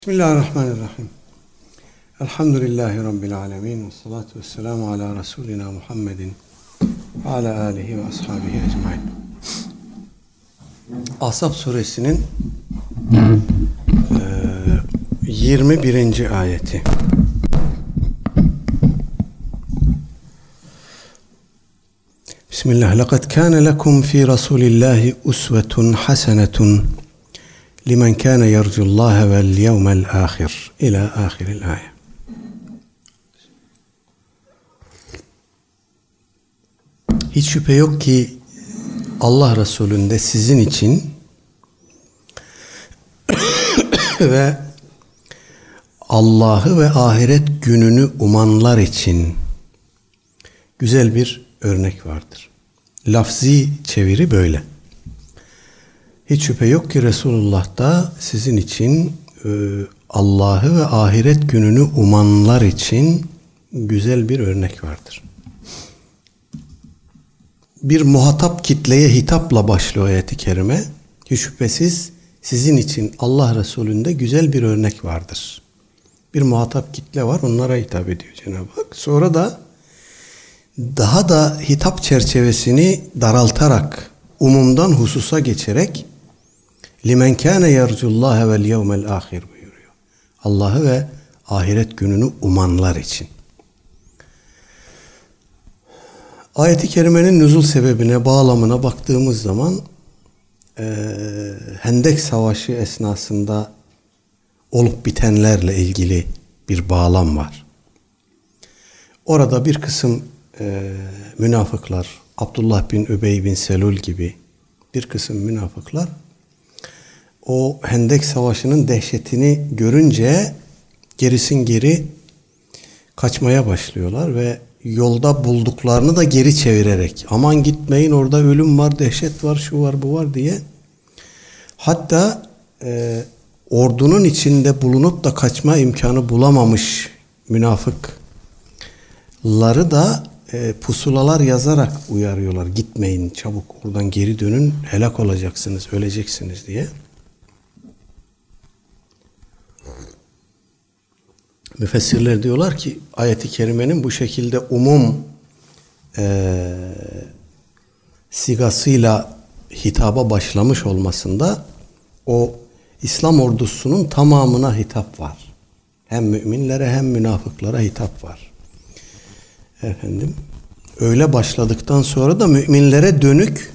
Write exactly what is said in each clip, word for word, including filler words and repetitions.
Bismillahirrahmanirrahim. Elhamdülillahi Rabbil alemin. Ve salatu ve selamu ala Resulina Muhammedin ve ala alihi ve ashabihi ecmain. Ahzab suresinin e, yirmi birinci ayeti. Bismillah. Laqad kana lekum fi Rasulillahi usvetun hasenetun limen kana yercullaha vel yevmel ahir ila ahiril ayet. Hiç şüphe yok ki Allah Resulü'nde sizin için ve Allah'ı ve ahiret gününü umanlar için güzel bir örnek vardır. Lafzi çeviri böyle. Hiç şüphe yok ki Resulullah'ta sizin için e, Allah'ı ve ahiret gününü umanlar için güzel bir örnek vardır. Bir muhatap kitleye hitapla başlıyor ayet-i kerime. Hiç şüphesiz sizin için Allah Resulü'nde güzel bir örnek vardır. Bir muhatap kitle var, onlara hitap ediyor Cenab-ı Hak. Sonra da daha da hitap çerçevesini daraltarak, umumdan hususa geçerek limen kâne yercullâhe vel yevmel ahir buyuruyor. Allah'ı ve ahiret gününü umanlar için. Ayet-i kerimenin nüzul sebebine, bağlamına baktığımız zaman e, Hendek Savaşı esnasında olup bitenlerle ilgili bir bağlam var. Orada bir kısım e, münafıklar, Abdullah bin Übey bin Selul gibi bir kısım münafıklar o Hendek Savaşı'nın dehşetini görünce gerisin geri kaçmaya başlıyorlar ve yolda bulduklarını da geri çevirerek aman gitmeyin orada ölüm var, dehşet var, şu var, bu var diye hatta e, ordunun içinde bulunup da kaçma imkanı bulamamış münafıkları da e, pusulalar yazarak uyarıyorlar. Gitmeyin, çabuk oradan geri dönün, helak olacaksınız, öleceksiniz diye. Müfessirler diyorlar ki ayet-i kerimenin bu şekilde umum e, sigasıyla hitaba başlamış olmasında o İslam ordusunun tamamına hitap var. Hem müminlere hem münafıklara hitap var. Efendim, öyle başladıktan sonra da müminlere dönük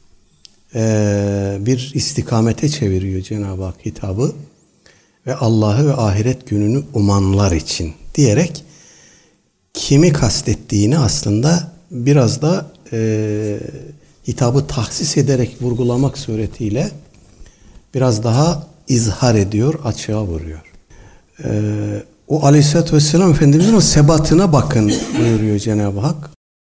e, bir istikamete çeviriyor Cenab-ı Hak hitabı. Ve Allah'ı ve ahiret gününü umanlar için diyerek kimi kastettiğini aslında biraz da e, hitabı tahsis ederek vurgulamak suretiyle biraz daha izhar ediyor, açığa vuruyor. E, o Aleyhisselatü Vesselam Efendimizin o sebatına bakın buyuruyor Cenab-ı Hak.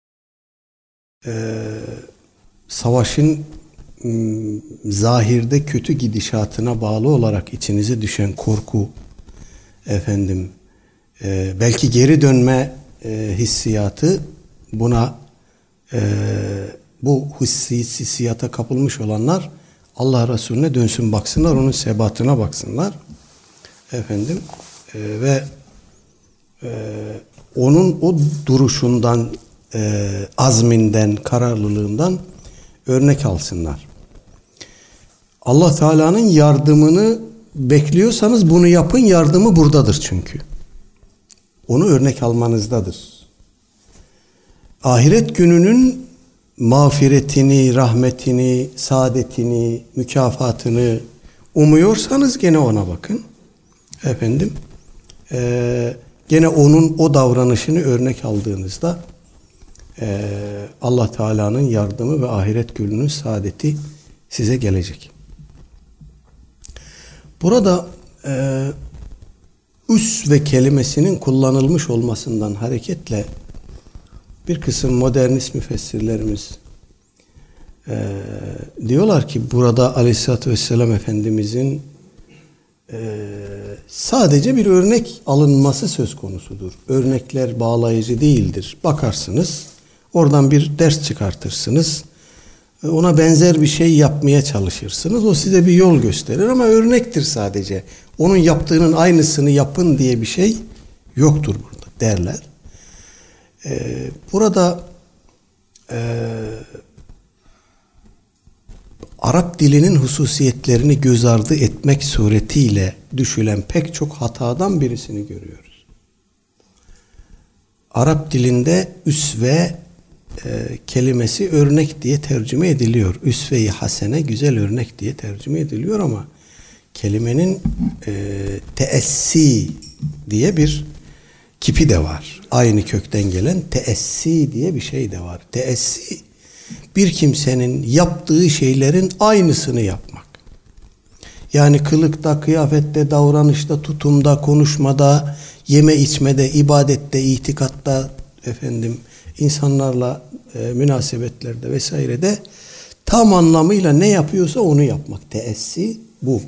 E, savaşın zahirde kötü gidişatına bağlı olarak içinize düşen korku, efendim e, belki geri dönme e, hissiyatı buna e, bu hissi, hissiyata kapılmış olanlar Allah Resulüne dönsün baksınlar, onun sebatına baksınlar efendim e, ve e, onun o duruşundan, e, azminden, kararlılığından örnek alsınlar. Allah Teala'nın yardımını bekliyorsanız bunu yapın, yardımı buradadır çünkü. Onu örnek almanızdadır. Ahiret gününün mağfiretini, rahmetini, saadetini, mükafatını umuyorsanız gene ona bakın. Efendim, e, gene onun o davranışını örnek aldığınızda e, Allah Teala'nın yardımı ve ahiret gününün saadeti size gelecek. Burada e, üsve kelimesinin kullanılmış olmasından hareketle bir kısım modernist müfessirlerimiz e, diyorlar ki burada Aleyhisselatü Vesselam Efendimizin e, sadece bir örnek alınması söz konusudur. Örnekler bağlayıcı değildir. Bakarsınız, oradan bir ders çıkartırsınız. ona benzer bir şey yapmaya çalışırsınız. O size bir yol gösterir ama örnektir sadece. Onun yaptığının aynısını yapın diye bir şey yoktur burada derler. Ee, burada e, Arap dilinin hususiyetlerini göz ardı etmek suretiyle düşülen pek çok hatadan birisini görüyoruz. Arap dilinde üsve e, kelimesi örnek diye tercüme ediliyor. Üsve-i hasene, güzel örnek diye tercüme ediliyor ama kelimenin e, teessi diye bir kipi de var. Aynı kökten gelen teessi diye bir şey de var. Teessi, bir kimsenin yaptığı şeylerin aynısını yapmak. Yani kılıkta, kıyafette, davranışta, tutumda, konuşmada, yeme içmede, ibadette, itikatta, efendim, insanlarla e, münasebetlerde vesairede tam anlamıyla ne yapıyorsa onu yapmak. Teessi bu.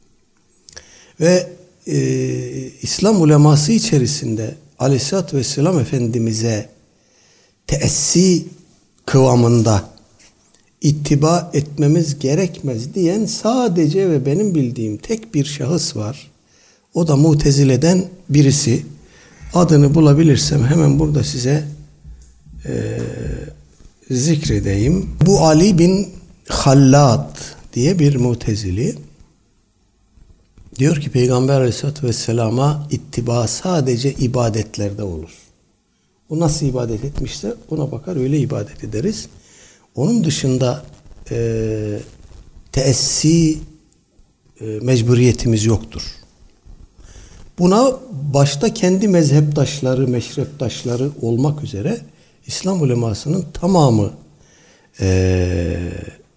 Ve e, İslam uleması içerisinde Aleyhisselatü Vesselam Efendimiz'e teessi kıvamında ittiba etmemiz gerekmez diyen sadece ve benim bildiğim tek bir şahıs var. O da Mutezile'den birisi. Adını bulabilirsem hemen burada size e, zikredeyim. Bu Ali bin Hallad diye bir Mutezili. Diyor ki Peygamber Aleyhisselatü Vesselam'a ittiba sadece ibadetlerde olur. O nasıl ibadet etmişse ona bakar öyle ibadet ederiz. Onun dışında e, teessi e, mecburiyetimiz yoktur. Buna başta kendi mezheptaşları, meşreptaşları olmak üzere İslam ulemasının tamamı e,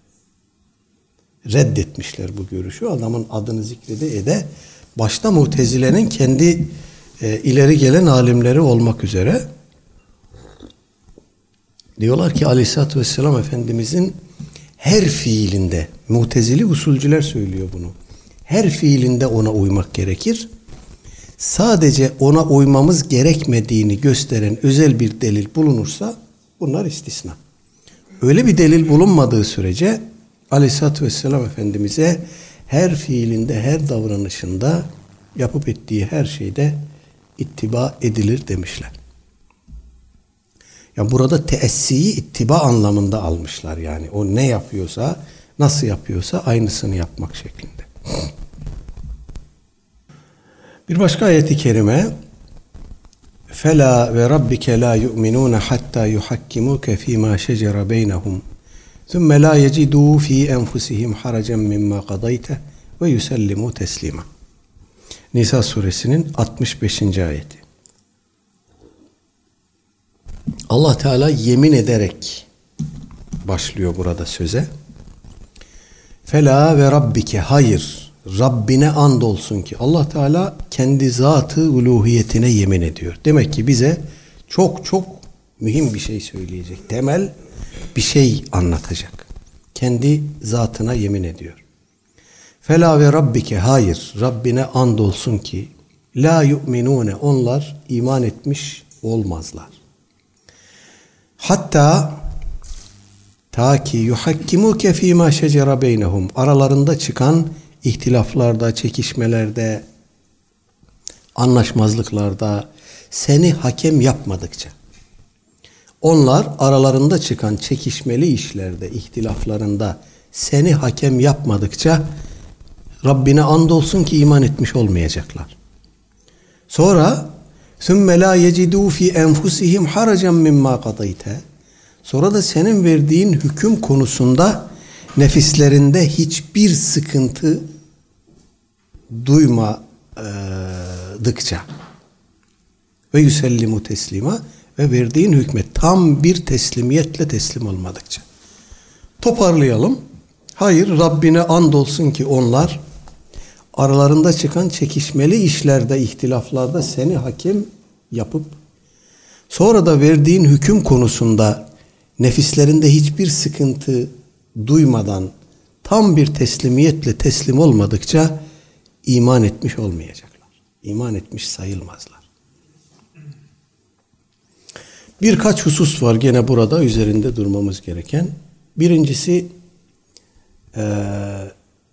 reddetmişler bu görüşü. Adamın adını zikrede ede başta Mutezile'nin kendi e, ileri gelen alimleri olmak üzere diyorlar ki Aleyhisselatü Vesselam Efendimizin her fiilinde, Mutezili usulcüler söylüyor bunu, her fiilinde ona uymak gerekir. Sadece ona uymamız gerekmediğini gösteren özel bir delil bulunursa bunlar istisna. Öyle bir delil bulunmadığı sürece Aleyhisselatü Vesselam Efendimiz'e her fiilinde, her davranışında, yapıp ettiği her şeyde ittiba edilir demişler. Ya burada teessiyi ittiba anlamında almışlar yani. O ne yapıyorsa, nasıl yapıyorsa aynısını yapmak şeklinde. Bir başka ayet-i kerime فَلَا وَرَبِّكَ لَا يُؤْمِنُونَ حَتَّى يُحَكِّمُوكَ فِي مَا شَجَرَ بَيْنَهُمْ ثُمَّ لَا يَجِدُوا فِي أَنفُسِهِمْ حَرَجًا مِمَّا قَضَيْتَ وَيُسَلِّمُوا تَسْلِيمًا. Nisa suresinin altmış beşinci ayeti. Allah Teala yemin ederek başlıyor burada söze. Fela ve rabbike, hayır, Rabbine andolsun ki. Allah Teala kendi zatı uluhiyetine yemin ediyor. Demek ki bize çok çok mühim bir şey söyleyecek. Temel bir şey anlatacak. Kendi zatına yemin ediyor. Fela ve rabbike, hayır, Rabbine andolsun ki la yu'minune, onlar iman etmiş olmazlar. Hatta ta ki yuhakkimuke fîmâ şecere beynehum, aralarında çıkan ihtilaflarda, çekişmelerde, anlaşmazlıklarda seni hakem yapmadıkça, onlar aralarında çıkan çekişmeli işlerde, ihtilaflarında seni hakem yapmadıkça Rabbine andolsun ki iman etmiş olmayacaklar. Sonra ثُمَّ لَا يَجِدُوا فِي أَنْفُسِهِمْ حَرَجًا مِمَّا قَضَيْتَ, sonra da senin verdiğin hüküm konusunda nefislerinde hiçbir sıkıntı duymadıkça ve yüsellimu teslima, ve verdiğin hükme tam bir teslimiyetle teslim olmadıkça. Toparlayalım. Hayır, Rabbine andolsun ki onlar aralarında çıkan çekişmeli işlerde, ihtilaflarda seni hakem yapıp sonra da verdiğin hüküm konusunda nefislerinde hiçbir sıkıntı duymadan tam bir teslimiyetle teslim olmadıkça iman etmiş olmayacaklar. İman etmiş sayılmazlar. Birkaç husus var gene burada üzerinde durmamız gereken. Birincisi ee,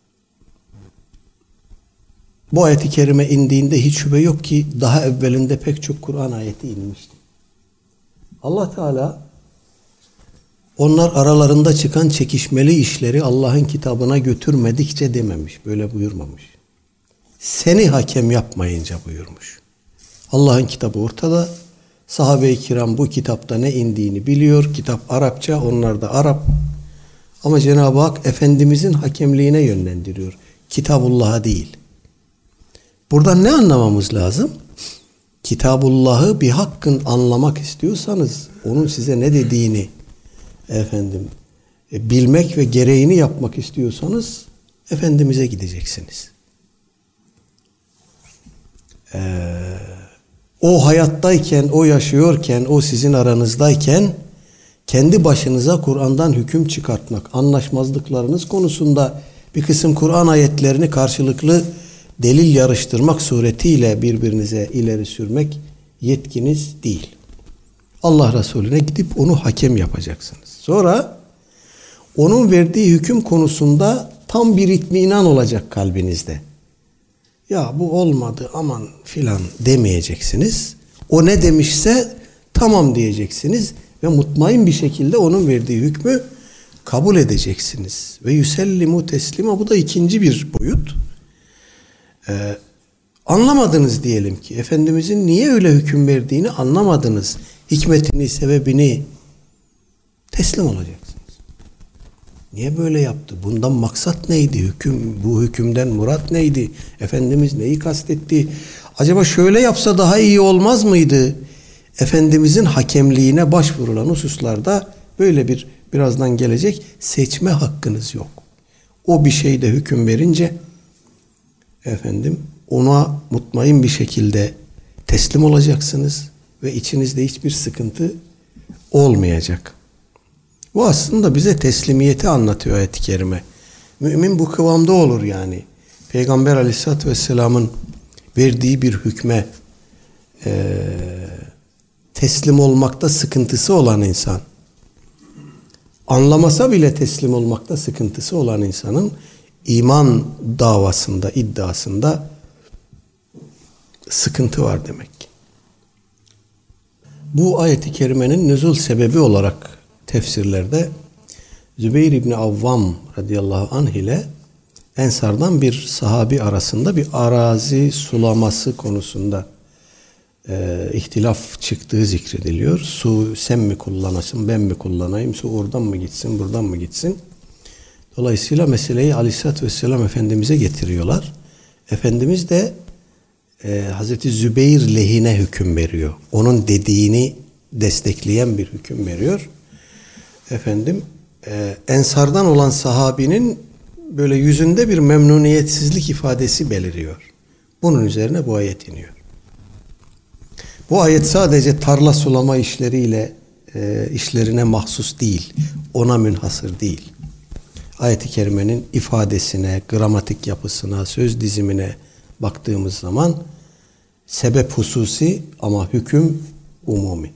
bu ayet-i kerime indiğinde hiç şüphe yok ki daha evvelinde pek çok Kur'an ayeti inmişti. Allah Teala onlar aralarında çıkan çekişmeli işleri Allah'ın kitabına götürmedikçe dememiş. Böyle buyurmamış. Seni hakem yapmayınca buyurmuş. Allah'ın kitabı ortada. Sahabe-i kiram bu kitapta ne indiğini biliyor. Kitap Arapça, onlar da Arap. Ama Cenab-ı Hak Efendimizin hakemliğine yönlendiriyor. Kitabullah'a değil. Buradan ne anlamamız lazım? Kitabullah'ı bir hakkın anlamak istiyorsanız onun size ne dediğini efendim e, bilmek ve gereğini yapmak istiyorsanız Efendimiz'e gideceksiniz. Ee, o hayattayken, o yaşıyorken, o sizin aranızdayken kendi başınıza Kur'an'dan hüküm çıkartmak, anlaşmazlıklarınız konusunda bir kısım Kur'an ayetlerini karşılıklı delil yarıştırmak suretiyle birbirinize ileri sürmek yetkiniz değil. Allah Resulüne gidip onu hakem yapacaksınız. Sonra onun verdiği hüküm konusunda tam bir itminan olacak kalbinizde. Ya bu olmadı aman filan demeyeceksiniz. O ne demişse tamam diyeceksiniz ve mutmain bir şekilde onun verdiği hükmü kabul edeceksiniz. Ve yüsellimu teslima, bu da ikinci bir boyut. Ee, anlamadınız diyelim ki. Efendimizin niye öyle hüküm verdiğini anlamadınız. Hikmetini, sebebini teslim olacaksınız. Niye böyle yaptı? Bundan maksat neydi? Hüküm, bu hükümden murat neydi? Efendimiz neyi kastetti? Acaba şöyle yapsa daha iyi olmaz mıydı? Efendimizin hakemliğine başvurulan hususlarda böyle bir birazdan gelecek seçme hakkınız yok. O bir şeyde hüküm verince efendim ona mutmain bir şekilde teslim olacaksınız ve içinizde hiçbir sıkıntı olmayacak. Bu aslında bize teslimiyeti anlatıyor ayet-i kerime. Mümin bu kıvamda olur yani. Peygamber Aleyhisselatü Vesselam'ın verdiği bir hükme e, teslim olmakta sıkıntısı olan insan, anlamasa bile teslim olmakta sıkıntısı olan insanın iman davasında, iddiasında sıkıntı var demek. Bu ayet-i kerimenin nüzul sebebi olarak tefsirlerde Zübeyir İbni Avvam radıyallahu anh ile Ensar'dan bir sahabi arasında bir arazi sulaması konusunda e, ihtilaf çıktığı zikrediliyor. Su sen mi kullanasın, ben mi kullanayım, su oradan mı gitsin, buradan mı gitsin? Dolayısıyla meseleyi Aleyhisselatü Vesselam Efendimiz'e getiriyorlar. Efendimiz de e, Hazreti Zübeyir lehine hüküm veriyor. Onun dediğini destekleyen bir hüküm veriyor. Efendim e, Ensardan olan sahabinin böyle yüzünde bir memnuniyetsizlik ifadesi beliriyor. Bunun üzerine bu ayet iniyor. Bu ayet sadece tarla sulama işleriyle e, işlerine mahsus değil. Ona münhasır değil. Ayet-i kerimenin ifadesine, gramatik yapısına, söz dizimine baktığımız zaman sebep hususi ama hüküm umumi.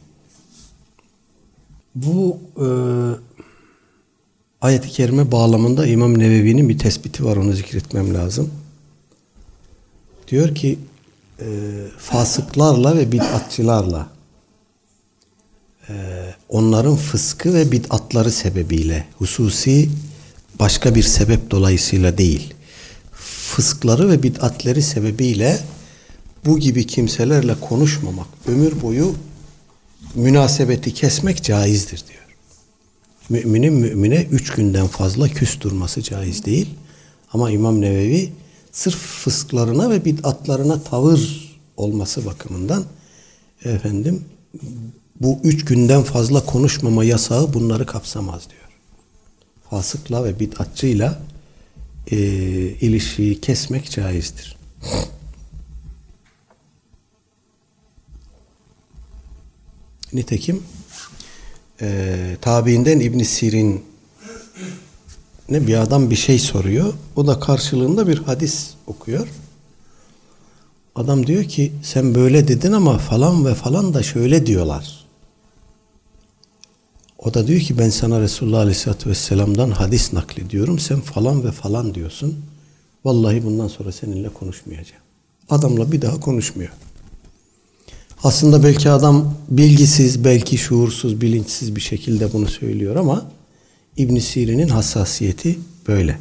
Bu e, ayet-i kerime bağlamında İmam Nevevi'nin bir tespiti var, onu zikretmem lazım. Diyor ki e, fasıklarla ve bid'atçılarla e, onların fıskı ve bid'atları sebebiyle, hususi başka bir sebep dolayısıyla değil, fıskları ve bid'atleri sebebiyle bu gibi kimselerle konuşmamak, ömür boyu münasebeti kesmek caizdir diyor. Müminin mümine üç günden fazla küs durması caiz değil. Ama İmam Nevevi sırf fısklarına ve bid'atlarına tavır olması bakımından efendim bu üç günden fazla konuşmama yasağı bunları kapsamaz diyor. Fasıkla ve bid'atçıyla e, ilişkiyi kesmek caizdir. Nitekim e, tabiinden İbn Sirin ne bir adam bir şey soruyor. O da karşılığında bir hadis okuyor. Adam diyor ki sen böyle dedin ama falan ve falan da şöyle diyorlar. O da diyor ki ben sana Resulullah Aleyhisselatü Vesselam'dan hadis naklediyorum. Sen falan ve falan diyorsun. Vallahi bundan sonra seninle konuşmayacağım. Adamla bir daha konuşmuyor. Aslında belki adam bilgisiz, belki şuursuz, bilinçsiz bir şekilde bunu söylüyor ama İbn Sirin'in hassasiyeti böyle.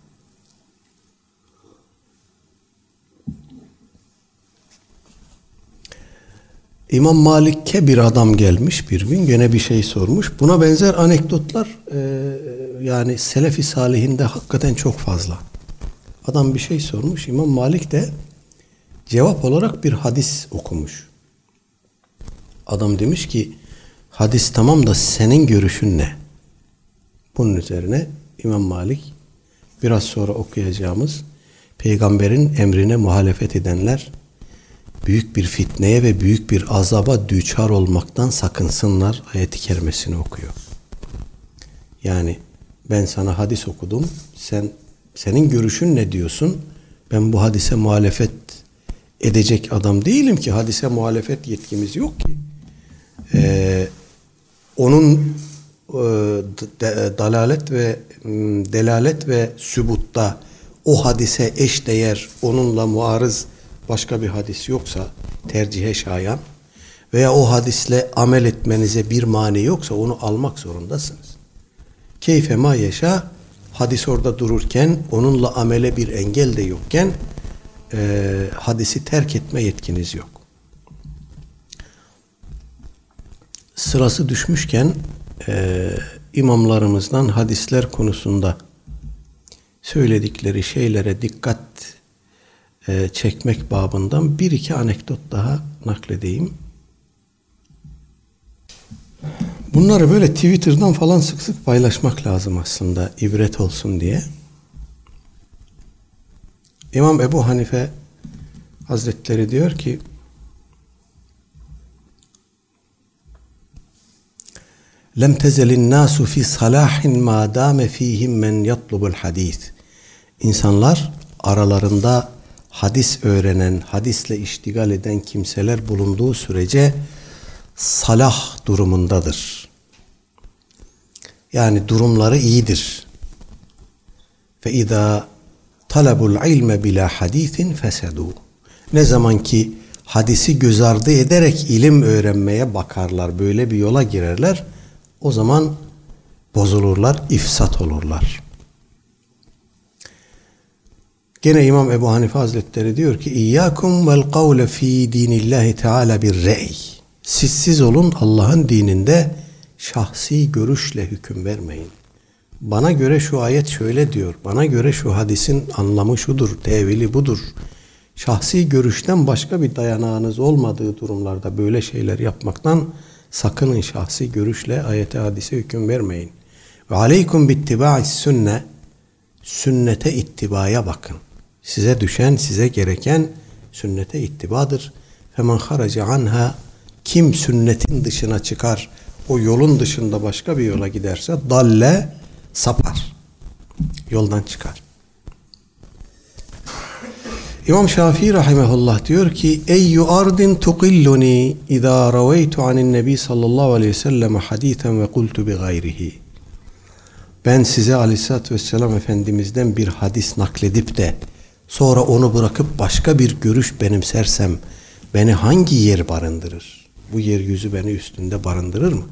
İmam Malik'e bir adam gelmiş bir gün, gene bir şey sormuş. Buna benzer anekdotlar e, yani Selefi Salihinde hakikaten çok fazla. Adam bir şey sormuş, İmam Malik de cevap olarak bir hadis okumuş. Adam demiş ki hadis tamam da senin görüşün ne? Bunun üzerine İmam Malik biraz sonra okuyacağımız peygamberin emrine muhalefet edenler büyük bir fitneye ve büyük bir azaba düçar olmaktan sakınsınlar ayeti kerimesini okuyor. Yani ben sana hadis okudum. Sen senin görüşün ne diyorsun? Ben bu hadise muhalefet edecek adam değilim ki. Hadise muhalefet yetkimiz yok ki. Ee, onun e, de, dalalet ve delalet ve sübutta o hadise eşdeğer, onunla muarız başka bir hadis yoksa, tercihe şayan veya o hadisle amel etmenize bir mani yoksa onu almak zorundasınız. Keyfe ma yaşa, hadis orada dururken, onunla amele bir engel de yokken e, hadisi terk etme yetkiniz yok. Sırası düşmüşken e, imamlarımızdan hadisler konusunda söyledikleri şeylere dikkat e, çekmek babından bir iki anekdot daha nakledeyim. Bunları böyle Twitter'dan falan sık sık paylaşmak lazım aslında, ibret olsun diye. İmam Ebu Hanife Hazretleri diyor ki lem tezelin nasu fi salahin ma dame fihim men yatlubul hadis. İnsanlar aralarında hadis öğrenen, hadisle iştigal eden kimseler bulunduğu sürece salah durumundadır. Yani durumları iyidir. Fe izâ talabul ilme bila hadisin fesedû. Ne zaman ki hadisi göz ardı ederek ilim öğrenmeye bakarlar, böyle bir yola girerler, o zaman bozulurlar, ifsat olurlar. Gene İmam Ebu Hanife Hazretleri diyor ki İyyâkum vel kavle fî dînillâhi teâlâ bir re'y. Sizsiz olun, Allah'ın dininde şahsi görüşle hüküm vermeyin. Bana göre şu ayet şöyle diyor, bana göre şu hadisin anlamı şudur, tevili budur. Şahsi görüşten başka bir dayanağınız olmadığı durumlarda böyle şeyler yapmaktan sakının, şahsi görüşle ayete hadise hüküm vermeyin. Ve aleykum bittibâ'is sünne, sünnete ittibaya bakın. Size düşen, size gereken sünnete ittibadır. Femen haraca anha, kim sünnetin dışına çıkar, o yolun dışında başka bir yola giderse dalle, sapar. Yoldan çıkar. İmam Şafii rahimehullah diyor ki eyyü ardin tuqilluni idâ raveytu anin nebi sallallahu aleyhi ve sellem hadîten ve kultu bi gayrihi. Ben size aleyhissalatü vesselam Efendimiz'den bir hadis nakledip de sonra onu bırakıp başka bir görüş benimsersem beni hangi yer barındırır? Bu yeryüzü beni üstünde barındırır mı?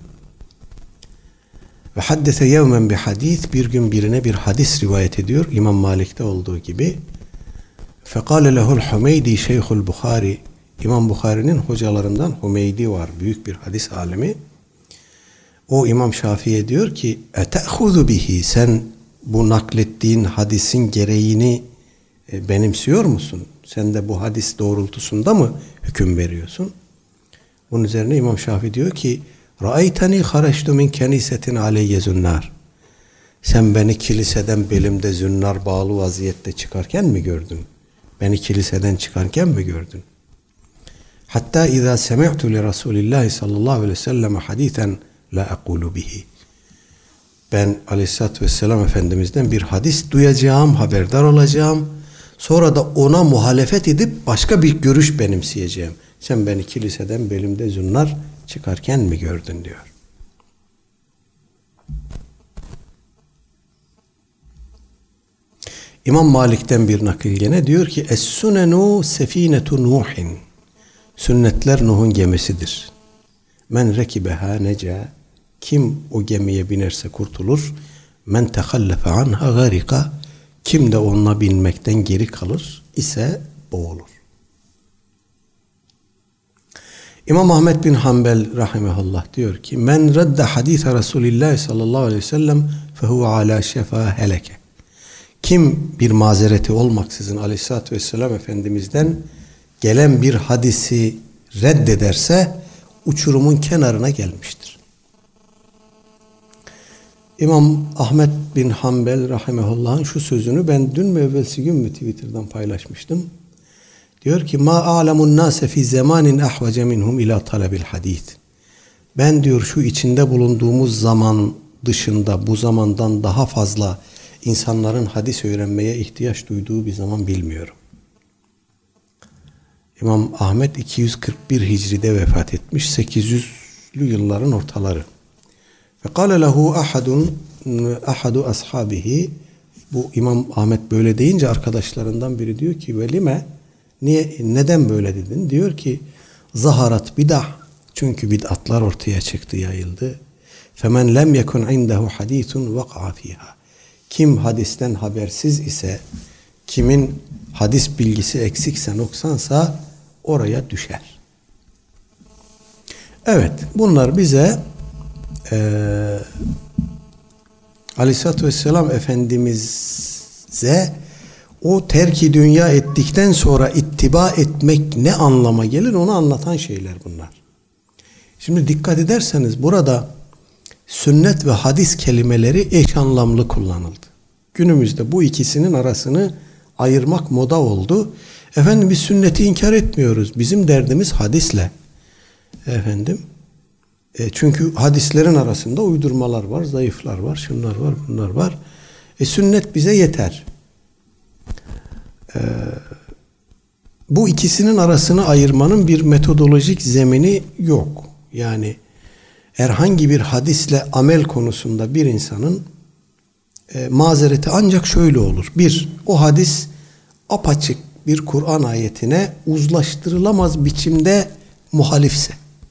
Ve haddese yevmen bi hadis, bir gün birine bir hadis rivayet ediyor İmam Malik'te olduğu gibi. Fekale lehul Hümeydi Şeyhul Bukhari, İmam Bukhari'nin hocalarından Hümeydi var, büyük bir hadis alimi. O İmam Şafii'ye diyor ki ete'huzu bihi, sen bu naklettiğin hadisin gereğini e, benimsiyor musun? Sen de bu hadis doğrultusunda mı hüküm veriyorsun? Bunun üzerine İmam Şafii diyor ki ra'aytani haraçtu min kenisetin aleyye zünnar. Sen beni kiliseden belimde zünnar bağlı vaziyette çıkarken mi gördün? Beni kiliseden çıkarken mi gördün? Hatta izâ semi'tu li Resulillahi sallallahu aleyhi ve sellem hadîten la ekulu bihi. Ben aleyhissalatü vesselam Efendimiz'den bir hadis duyacağım, haberdar olacağım. Sonra da ona muhalefet edip başka bir görüş benimseyeceğim. Sen beni kiliseden belimde zünnar çıkarken mi gördün diyor. İmam Malik'ten bir nakil gene diyor ki Es-sunenu sefinetu Nuhin. Sünnetler Nuh'un gemisidir. Men rekibeha neca. Kim o gemiye binerse kurtulur. Men tehallefe anha garika. Kim de onunla binmekten geri kalır ise boğulur. İmam Ahmed bin Hanbel rahimehullah diyor ki men redde hadise Resulillah sallallahu aleyhi ve sellem fehuve ala şefa heleke. Kim bir mazereti olmaksızın aleyhissalatü vesselam Efendimiz'den gelen bir hadisi reddederse uçurumun kenarına gelmiştir. İmam Ahmed bin Hanbel rahimehullah'ın şu sözünü ben dün mü evvelsi gün mü Twitter'dan paylaşmıştım. Diyor ki ma a'lemun nase fi zamanin ahvace minhum ila talebil hadis. Ben diyor şu içinde bulunduğumuz zaman dışında bu zamandan daha fazla insanların hadis öğrenmeye ihtiyaç duyduğu bir zaman bilmiyorum. İmam Ahmed iki yüz kırk bir Hicri'de vefat etmiş. sekiz yüzlü yılların ortaları. Ve kâle lehu ahadun ahadu ashabihi. Bu İmam Ahmed böyle deyince arkadaşlarından biri diyor ki velime niye neden böyle dedin? Diyor ki zaharat bid'ah. Çünkü bid'atlar ortaya çıktı, yayıldı. Femen lem yekun indehu hadisun vaq'a fiha. Kim hadisten habersiz ise, kimin hadis bilgisi eksikse, noksansa oraya düşer. Evet, bunlar bize e, Aleyhisselatü Vesselam Efendimiz'e o terki dünya ettikten sonra ittiba etmek ne anlama gelir onu anlatan şeyler bunlar. Şimdi dikkat ederseniz burada sünnet ve hadis kelimeleri eş anlamlı kullanıldı. Günümüzde bu ikisinin arasını ayırmak moda oldu. Efendim biz sünneti inkar etmiyoruz. Bizim derdimiz hadisle. Efendim e çünkü hadislerin arasında uydurmalar var, zayıflar var, şunlar var, bunlar var. E sünnet bize yeter. E, bu ikisinin arasını ayırmanın bir metodolojik zemini yok. Yani herhangi bir hadisle amel konusunda bir insanın e, mazereti ancak şöyle olur. Bir, o hadis apaçık bir Kur'an ayetine uzlaştırılamaz biçimde muhalifse,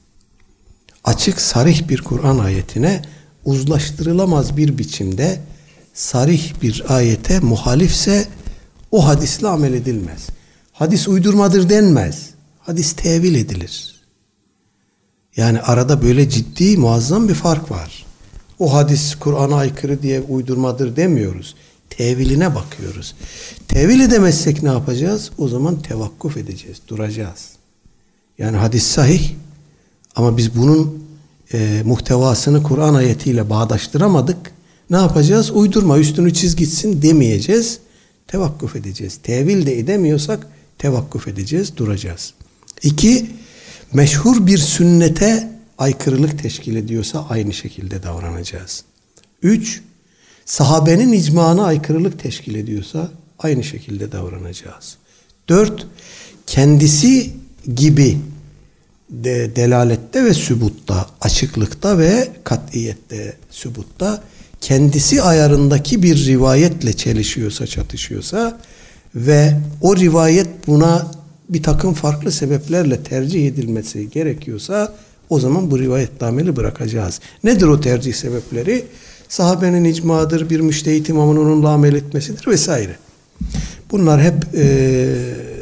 açık sarih bir Kur'an ayetine uzlaştırılamaz bir biçimde sarih bir ayete muhalifse o hadisle amel edilmez. Hadis uydurmadır denmez. Hadis tevil edilir. Yani arada böyle ciddi, muazzam bir fark var. O hadis Kur'an'a aykırı diye uydurmadır demiyoruz. Teviline bakıyoruz. Tevil edemezsek ne yapacağız? O zaman tevakkuf edeceğiz, duracağız. Yani hadis sahih ama biz bunun e, muhtevasını Kur'an ayetiyle bağdaştıramadık. Ne yapacağız? Uydurma, üstünü çiz gitsin demeyeceğiz. Tevakkuf edeceğiz. Tevil de edemiyorsak tevakkuf edeceğiz, duracağız. İki, meşhur bir sünnete aykırılık teşkil ediyorsa aynı şekilde davranacağız. Üç, sahabenin icmağına aykırılık teşkil ediyorsa aynı şekilde davranacağız. Dört, kendisi gibi de delalette ve sübutta, açıklıkta ve kat'iyette, sübutta kendisi ayarındaki bir rivayetle çelişiyorsa, çatışıyorsa ve o rivayet buna bir takım farklı sebeplerle tercih edilmesi gerekiyorsa o zaman bu rivayetle ameli bırakacağız. Nedir o tercih sebepleri? Sahabenin icmadır, bir müştehit imamın onunla amel etmesidir vesaire. Bunlar hep e,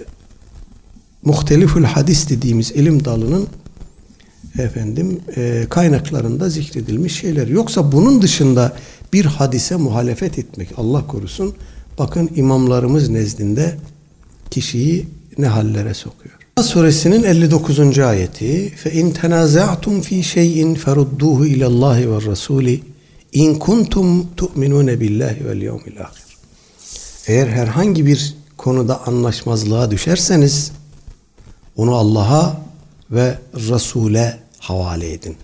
muhtelifül hadis dediğimiz ilim dalının efendim e, kaynaklarında zikredilmiş şeyler. Yoksa bunun dışında bir hadise muhalefet etmek, Allah korusun, bakın imamlarımız nezdinde kişiyi ne hallere sokuyor. Suresinin elli dokuzuncu ayeti fe in tenaza'tum fi şey'in ferudduhu ila Allah ve Rasuli in kuntum tu'minun billahi vel yevmil ahir. Eğer herhangi bir konuda anlaşmazlığa düşerseniz onu Allah'a ve Resul'e havale edin.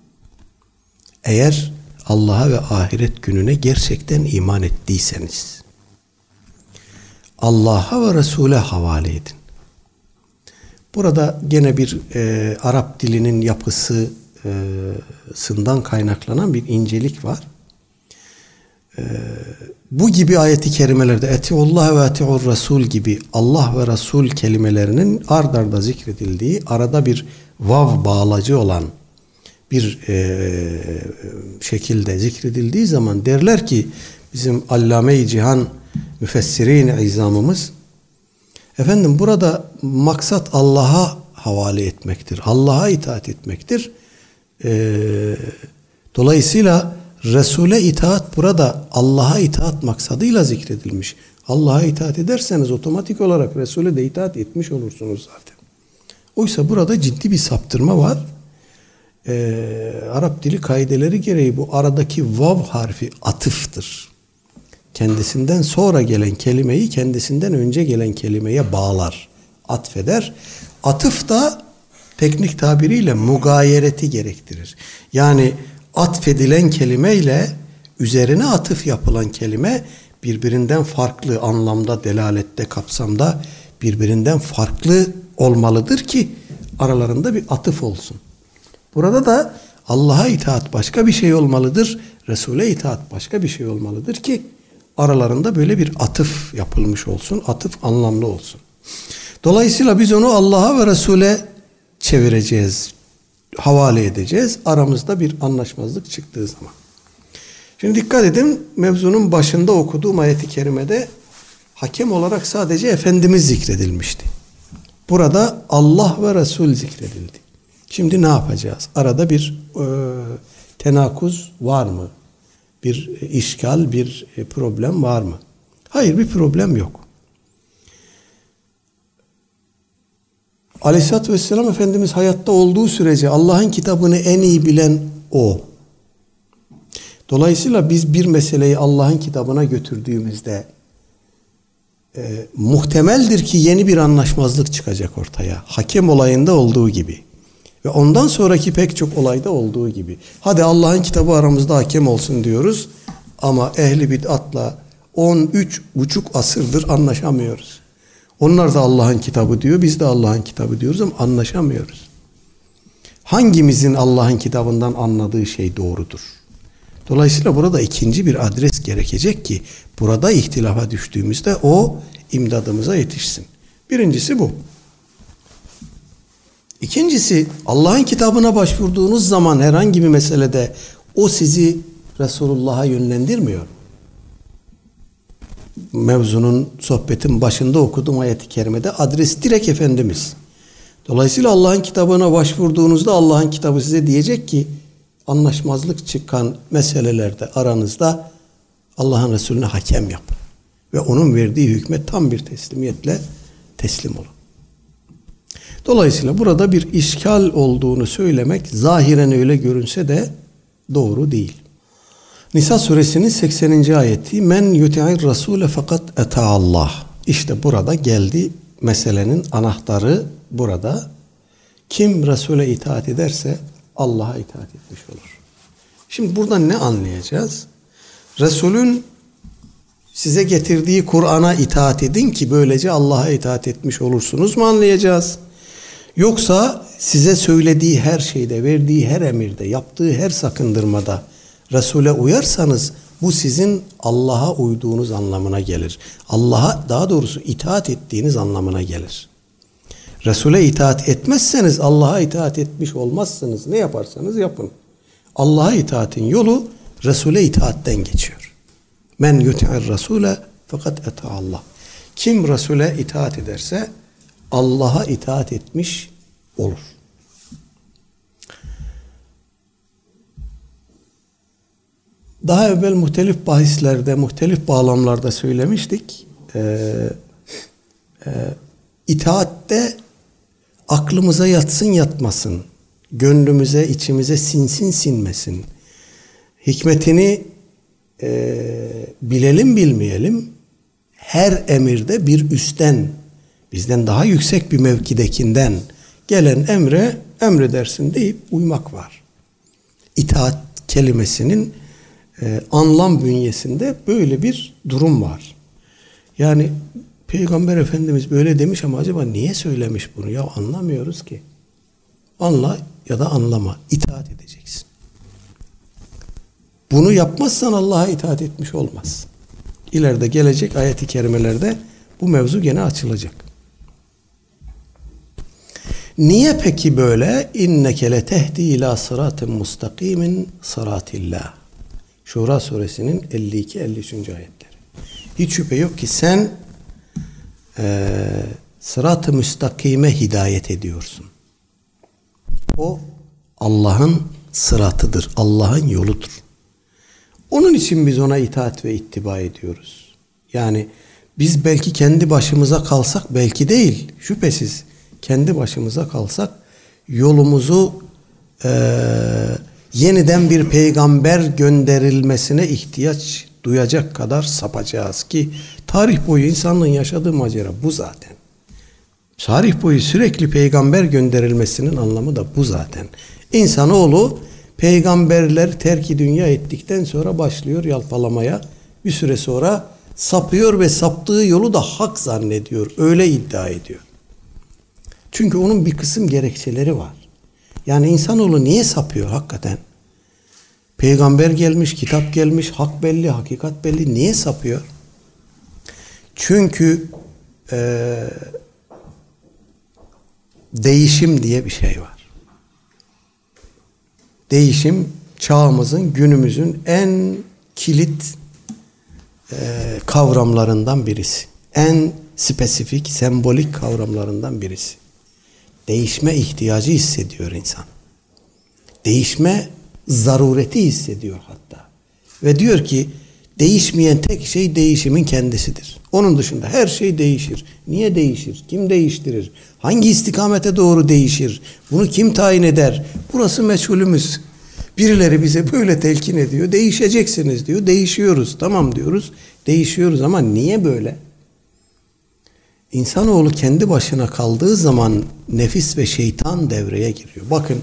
Eğer Allah'a ve ahiret gününe gerçekten iman ettiyseniz Allah'a ve Resul'e havale edin. Burada gene bir e, Arap dilinin yapısından kaynaklanan bir incelik var. Ee, bu gibi ayeti kerimelerde etiullah ve etiur Resul gibi Allah ve Resul kelimelerinin ard arda zikredildiği, arada bir vav bağlacı olan bir e, şekilde zikredildiği zaman derler ki bizim Allame-i Cihan müfessirin-i izamımız, efendim burada maksat Allah'a havale etmektir. Allah'a itaat etmektir. Ee, dolayısıyla Resul'e itaat burada Allah'a itaat maksadıyla zikredilmiş. Allah'a itaat ederseniz otomatik olarak Resul'e de itaat etmiş olursunuz zaten. Oysa burada ciddi bir saptırma var. Ee, Arap dili kaideleri gereği bu aradaki vav harfi atıftır. Kendisinden sonra gelen kelimeyi kendisinden önce gelen kelimeye bağlar, atfeder. Atıf da teknik tabiriyle mugayereti gerektirir. Yani atfedilen kelime ile üzerine atıf yapılan kelime birbirinden farklı anlamda, delalette, kapsamda birbirinden farklı olmalıdır ki aralarında bir atıf olsun. Burada da Allah'a itaat başka bir şey olmalıdır, Resul'e itaat başka bir şey olmalıdır ki aralarında böyle bir atıf yapılmış olsun, atıf anlamlı olsun. Dolayısıyla biz onu Allah'a ve Resul'e çevireceğiz, havale edeceğiz aramızda bir anlaşmazlık çıktığı zaman. Şimdi dikkat edin, mevzunun başında okuduğum ayet-i kerimede hakem olarak sadece Efendimiz zikredilmişti. Burada Allah ve Resul zikredildi. Şimdi ne yapacağız? Arada bir e, tenakuz var mı? Bir işgal, bir problem var mı? Hayır, bir problem yok. Aleyhisselatü Vesselam Efendimiz hayatta olduğu sürece Allah'ın kitabını en iyi bilen O. Dolayısıyla biz bir meseleyi Allah'ın kitabına götürdüğümüzde e, muhtemeldir ki yeni bir anlaşmazlık çıkacak ortaya. Hakem olayında olduğu gibi. Ve ondan sonraki pek çok olayda olduğu gibi. Hadi Allah'ın kitabı aramızda hakem olsun diyoruz. Ama ehli bid'atla on üç buçuk asırdır anlaşamıyoruz. Onlar da Allah'ın kitabı diyor, biz de Allah'ın kitabı diyoruz ama anlaşamıyoruz. Hangimizin Allah'ın kitabından anladığı şey doğrudur? Dolayısıyla burada ikinci bir adres gerekecek ki burada ihtilafa düştüğümüzde o imdadımıza yetişsin. Birincisi bu. İkincisi, Allah'ın kitabına başvurduğunuz zaman herhangi bir meselede o sizi Resulullah'a yönlendirmiyor. Mevzunun, sohbetin başında okuduğum ayet-i kerimede adres direkt Efendimiz. Dolayısıyla Allah'ın kitabına başvurduğunuzda Allah'ın kitabı size diyecek ki anlaşmazlık çıkan meselelerde aranızda Allah'ın Resulüne hakem yapın. Ve onun verdiği hükme tam bir teslimiyetle teslim olun. Dolayısıyla burada bir işgal olduğunu söylemek zahiren öyle görünse de doğru değil. Nisa suresinin sekseninci ayeti men yuti'ir rasule fakat eta'allah. İşte burada geldi meselenin anahtarı burada. Kim Resul'e itaat ederse Allah'a itaat etmiş olur. Şimdi buradan ne anlayacağız? Resul'ün size getirdiği Kur'an'a itaat edin ki böylece Allah'a itaat etmiş olursunuz mu anlayacağız? Yoksa size söylediği her şeyde, verdiği her emirde, yaptığı her sakındırmada Resul'e uyarsanız bu sizin Allah'a uyduğunuz anlamına gelir. Allah'a daha doğrusu itaat ettiğiniz anlamına gelir. Resul'e itaat etmezseniz Allah'a itaat etmiş olmazsınız. Ne yaparsanız yapın. Allah'a itaatin yolu Resul'e itaatten geçiyor. Men yuti'ir rasule fakat eta'allah. Kim Resul'e itaat ederse Allah'a itaat etmiş olur. Daha evvel muhtelif bahislerde, muhtelif bağlamlarda söylemiştik. Ee, e, itaatte aklımıza yatsın yatmasın, gönlümüze, içimize sinsin sinmesin, hikmetini e, bilelim bilmeyelim, her emirde bir üstten, bizden daha yüksek bir mevkidekinden gelen emre emredersin deyip uymak var. İtaat kelimesinin e, anlam bünyesinde böyle bir durum var. Yani Peygamber Efendimiz böyle demiş ama acaba niye söylemiş bunu? Ya anlamıyoruz ki. Anla ya da anlama. İtaat edeceksin. Bunu yapmazsan Allah'a itaat etmiş olmaz. İleride gelecek ayet-i kerimelerde bu mevzu gene açılacak. Niye peki böyle? İnneke letehdi ila sıratın mustakimin sıratillah. Şura suresinin elli iki elli üç. ayetleri. Hiç şüphe yok ki sen e, sırat-ı müstakime hidayet ediyorsun. O Allah'ın sıratıdır. Allah'ın yoludur. Onun için biz ona itaat ve ittiba ediyoruz. Yani biz belki kendi başımıza kalsak, belki değil, şüphesiz kendi başımıza kalsak yolumuzu e, yeniden bir peygamber gönderilmesine ihtiyaç duyacak kadar sapacağız ki tarih boyu insanlığın yaşadığı macera bu zaten. Tarih boyu sürekli peygamber gönderilmesinin anlamı da bu zaten. İnsanoğlu peygamberler terk-i dünya ettikten sonra başlıyor yalpalamaya. Bir süre sonra sapıyor ve saptığı yolu da hak zannediyor. Öyle iddia ediyor. Çünkü onun bir kısım gerekçeleri var. Yani insanoğlu niye sapıyor hakikaten? Peygamber gelmiş, kitap gelmiş, hak belli, hakikat belli. Niye sapıyor? Çünkü e, değişim diye bir şey var. Değişim çağımızın, günümüzün en kilit e, kavramlarından birisi. En spesifik, sembolik kavramlarından birisi. Değişme ihtiyacı hissediyor insan. Değişme zarureti hissediyor hatta. Ve diyor ki değişmeyen tek şey değişimin kendisidir. Onun dışında her şey değişir. Niye değişir? Kim değiştirir? Hangi istikamete doğru değişir? Bunu kim tayin eder? Burası meçhulümüz. Birileri bize böyle telkin ediyor. Değişeceksiniz diyor. Değişiyoruz. Tamam diyoruz. Değişiyoruz ama niye böyle? İnsanoğlu kendi başına kaldığı zaman nefis ve şeytan devreye giriyor. Bakın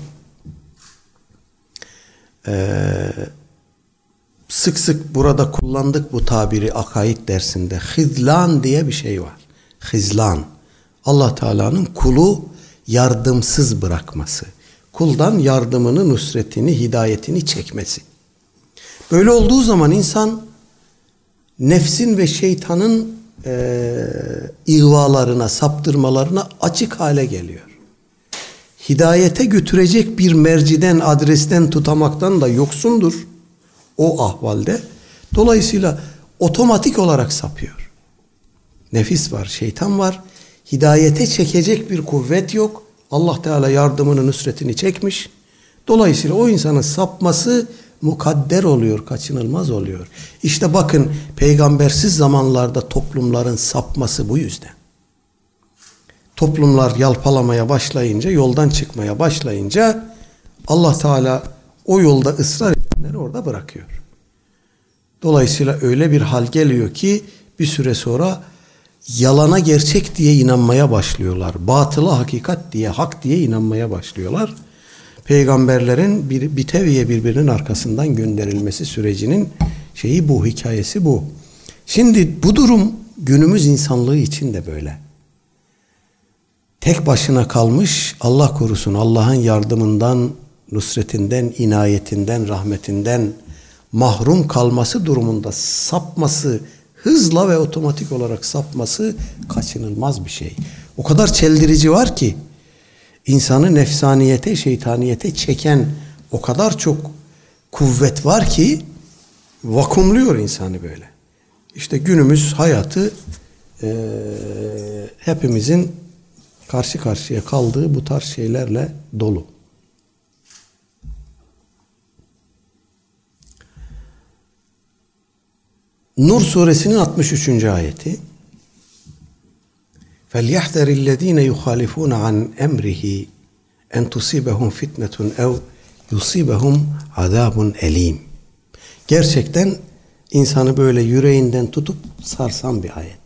ee, sık sık burada kullandık bu tabiri akaid dersinde. Hizlan diye bir şey var. Hizlan. Allah Teala'nın kulu yardımsız bırakması. Kuldan yardımını, nusretini, hidayetini çekmesi. Böyle olduğu zaman insan nefsin ve şeytanın e, ihvalarına, saptırmalarına açık hale geliyor. Hidayete götürecek bir merciden, adresten, tutamaktan da yoksundur o ahvalde. Dolayısıyla otomatik olarak sapıyor. Nefis var, şeytan var. Hidayete çekecek bir kuvvet yok. Allah Teala yardımını, nusretini çekmiş. Dolayısıyla o insanın sapması mukadder oluyor, kaçınılmaz oluyor. İşte bakın peygambersiz zamanlarda toplumların sapması bu yüzden. Toplumlar yalpalamaya başlayınca, yoldan çıkmaya başlayınca Allah Teala o yolda ısrar edenleri orada bırakıyor. Dolayısıyla öyle bir hal geliyor ki bir süre sonra yalana gerçek diye inanmaya başlıyorlar. Batıla hakikat diye, hak diye inanmaya başlıyorlar. Peygamberlerin bir, bir teviye birbirinin arkasından gönderilmesi sürecinin şeyi bu, hikayesi bu. Şimdi bu durum günümüz insanlığı için de böyle. Tek başına kalmış, Allah korusun, Allah'ın yardımından, nusretinden, inayetinden, rahmetinden mahrum kalması durumunda sapması, hızla ve otomatik olarak sapması kaçınılmaz bir şey. O kadar çeldirici var ki insanı nefsaniyete, şeytaniyete çeken o kadar çok kuvvet var ki vakumluyor insanı böyle. İşte günümüz hayatı e, hepimizin karşı karşıya kaldığı bu tarz şeylerle dolu. Nur suresinin altmış üçüncü ayeti. فَلْيَحْذَرِ الَّذ۪ينَ يُخَالِفُونَ عَنْ اَمْرِهِ اَنْ تُصِيبَهُمْ فِتْنَةٌ اَوْ يُصِيبَهُمْ عَذَابٌ اَل۪يمٌ. Gerçekten insanı böyle yüreğinden tutup sarsan bir ayet.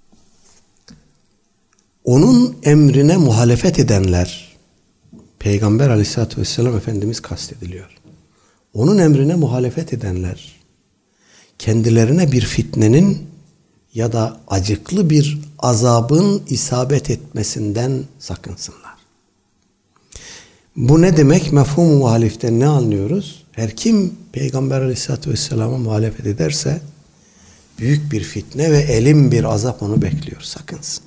Onun emrine muhalefet edenler, Peygamber Aleyhisselatü Vesselam Efendimiz kastediliyor. Onun emrine muhalefet edenler, kendilerine bir fitnenin ya da acıklı bir azabın isabet etmesinden sakınsınlar. Bu ne demek? Mefhum-u muhaliften ne anlıyoruz? Her kim Peygamber Aleyhisselatü Vesselam'a muhalefet ederse büyük bir fitne ve elim bir azap onu bekliyor. Sakınsın.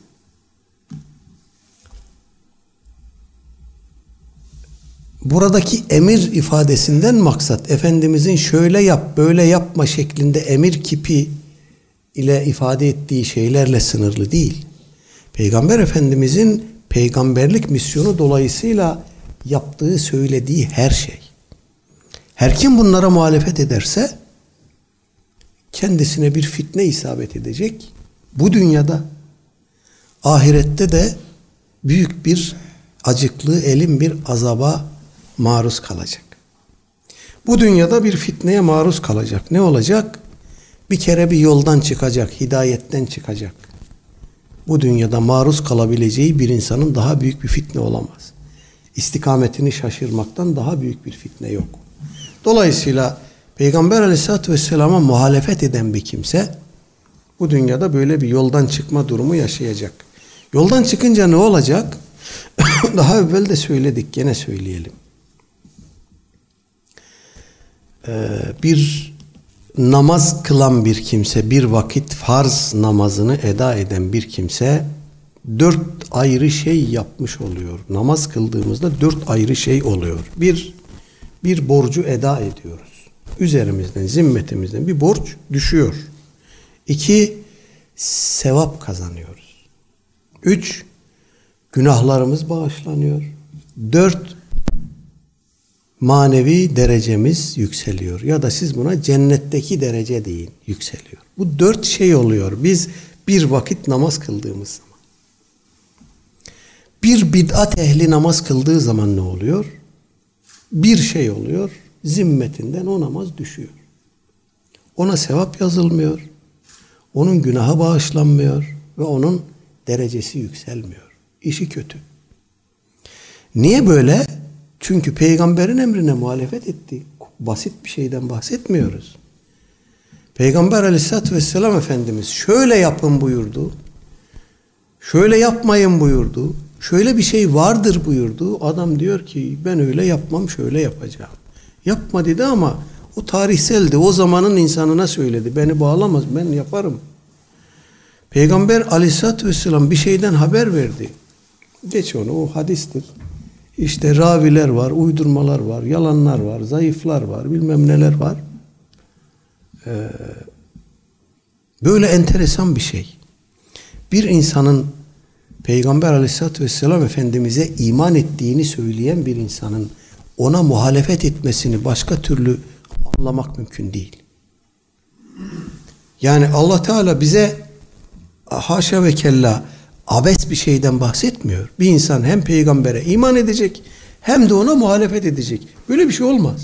Buradaki emir ifadesinden maksat Efendimizin şöyle yap böyle yapma şeklinde emir kipi ile ifade ettiği şeylerle sınırlı değil. Peygamber Efendimizin peygamberlik misyonu dolayısıyla yaptığı söylediği her şey. Her kim bunlara muhalefet ederse kendisine bir fitne isabet edecek. Bu dünyada, ahirette de büyük bir acıklı, elin bir azaba maruz kalacak. Bu dünyada bir fitneye maruz kalacak. Ne olacak? Bir kere bir yoldan çıkacak, hidayetten çıkacak. Bu dünyada maruz kalabileceği bir insanın daha büyük bir fitne olamaz. İstikametini şaşırmaktan daha büyük bir fitne yok. Dolayısıyla Peygamber Aleyhisselatü Vesselam'a muhalefet eden bir kimse bu dünyada böyle bir yoldan çıkma durumu yaşayacak. Yoldan çıkınca ne olacak? Daha evvel de söyledik, gene söyleyelim. Ee, bir namaz kılan bir kimse, bir vakit farz namazını eda eden bir kimse dört ayrı şey yapmış oluyor. Namaz kıldığımızda dört ayrı şey oluyor. Bir, bir borcu eda ediyoruz. Üzerimizden, zimmetimizden bir borç düşüyor. İki, sevap kazanıyoruz. Üç, günahlarımız bağışlanıyor. Dört, manevi derecemiz yükseliyor. Ya da siz buna cennetteki derece deyin, yükseliyor. Bu dört şey oluyor biz bir vakit namaz kıldığımız zaman. Bir bid'at ehli namaz kıldığı zaman ne oluyor? Bir şey oluyor, zimmetinden o namaz düşüyor. Ona sevap yazılmıyor, onun günahı bağışlanmıyor ve onun derecesi yükselmiyor. İşi kötü. Niye böyle? Çünkü peygamberin emrine muhalefet etti. Basit bir şeyden bahsetmiyoruz. Peygamber Aleyhisselatü Vesselam Efendimiz şöyle yapın buyurdu. Şöyle yapmayın buyurdu. Şöyle bir şey vardır buyurdu. Adam diyor ki ben öyle yapmam, şöyle yapacağım. Yapma dedi ama o tarihseldi. O zamanın insanına söyledi. Beni bağlamaz, ben yaparım. Peygamber Aleyhisselatü Vesselam bir şeyden haber verdi. Geç onu, o hadistir. İşte raviler var, uydurmalar var, yalanlar var, zayıflar var, bilmem neler var. Ee, böyle enteresan bir şey. Bir insanın Peygamber Aleyhisselatü Vesselam Efendimiz'e iman ettiğini söyleyen bir insanın ona muhalefet etmesini başka türlü anlamak mümkün değil. Yani Allah Teala bize haşa ve kella abes bir şeyden bahsetmiyor. Bir insan hem peygambere iman edecek hem de ona muhalefet edecek. Böyle bir şey olmaz.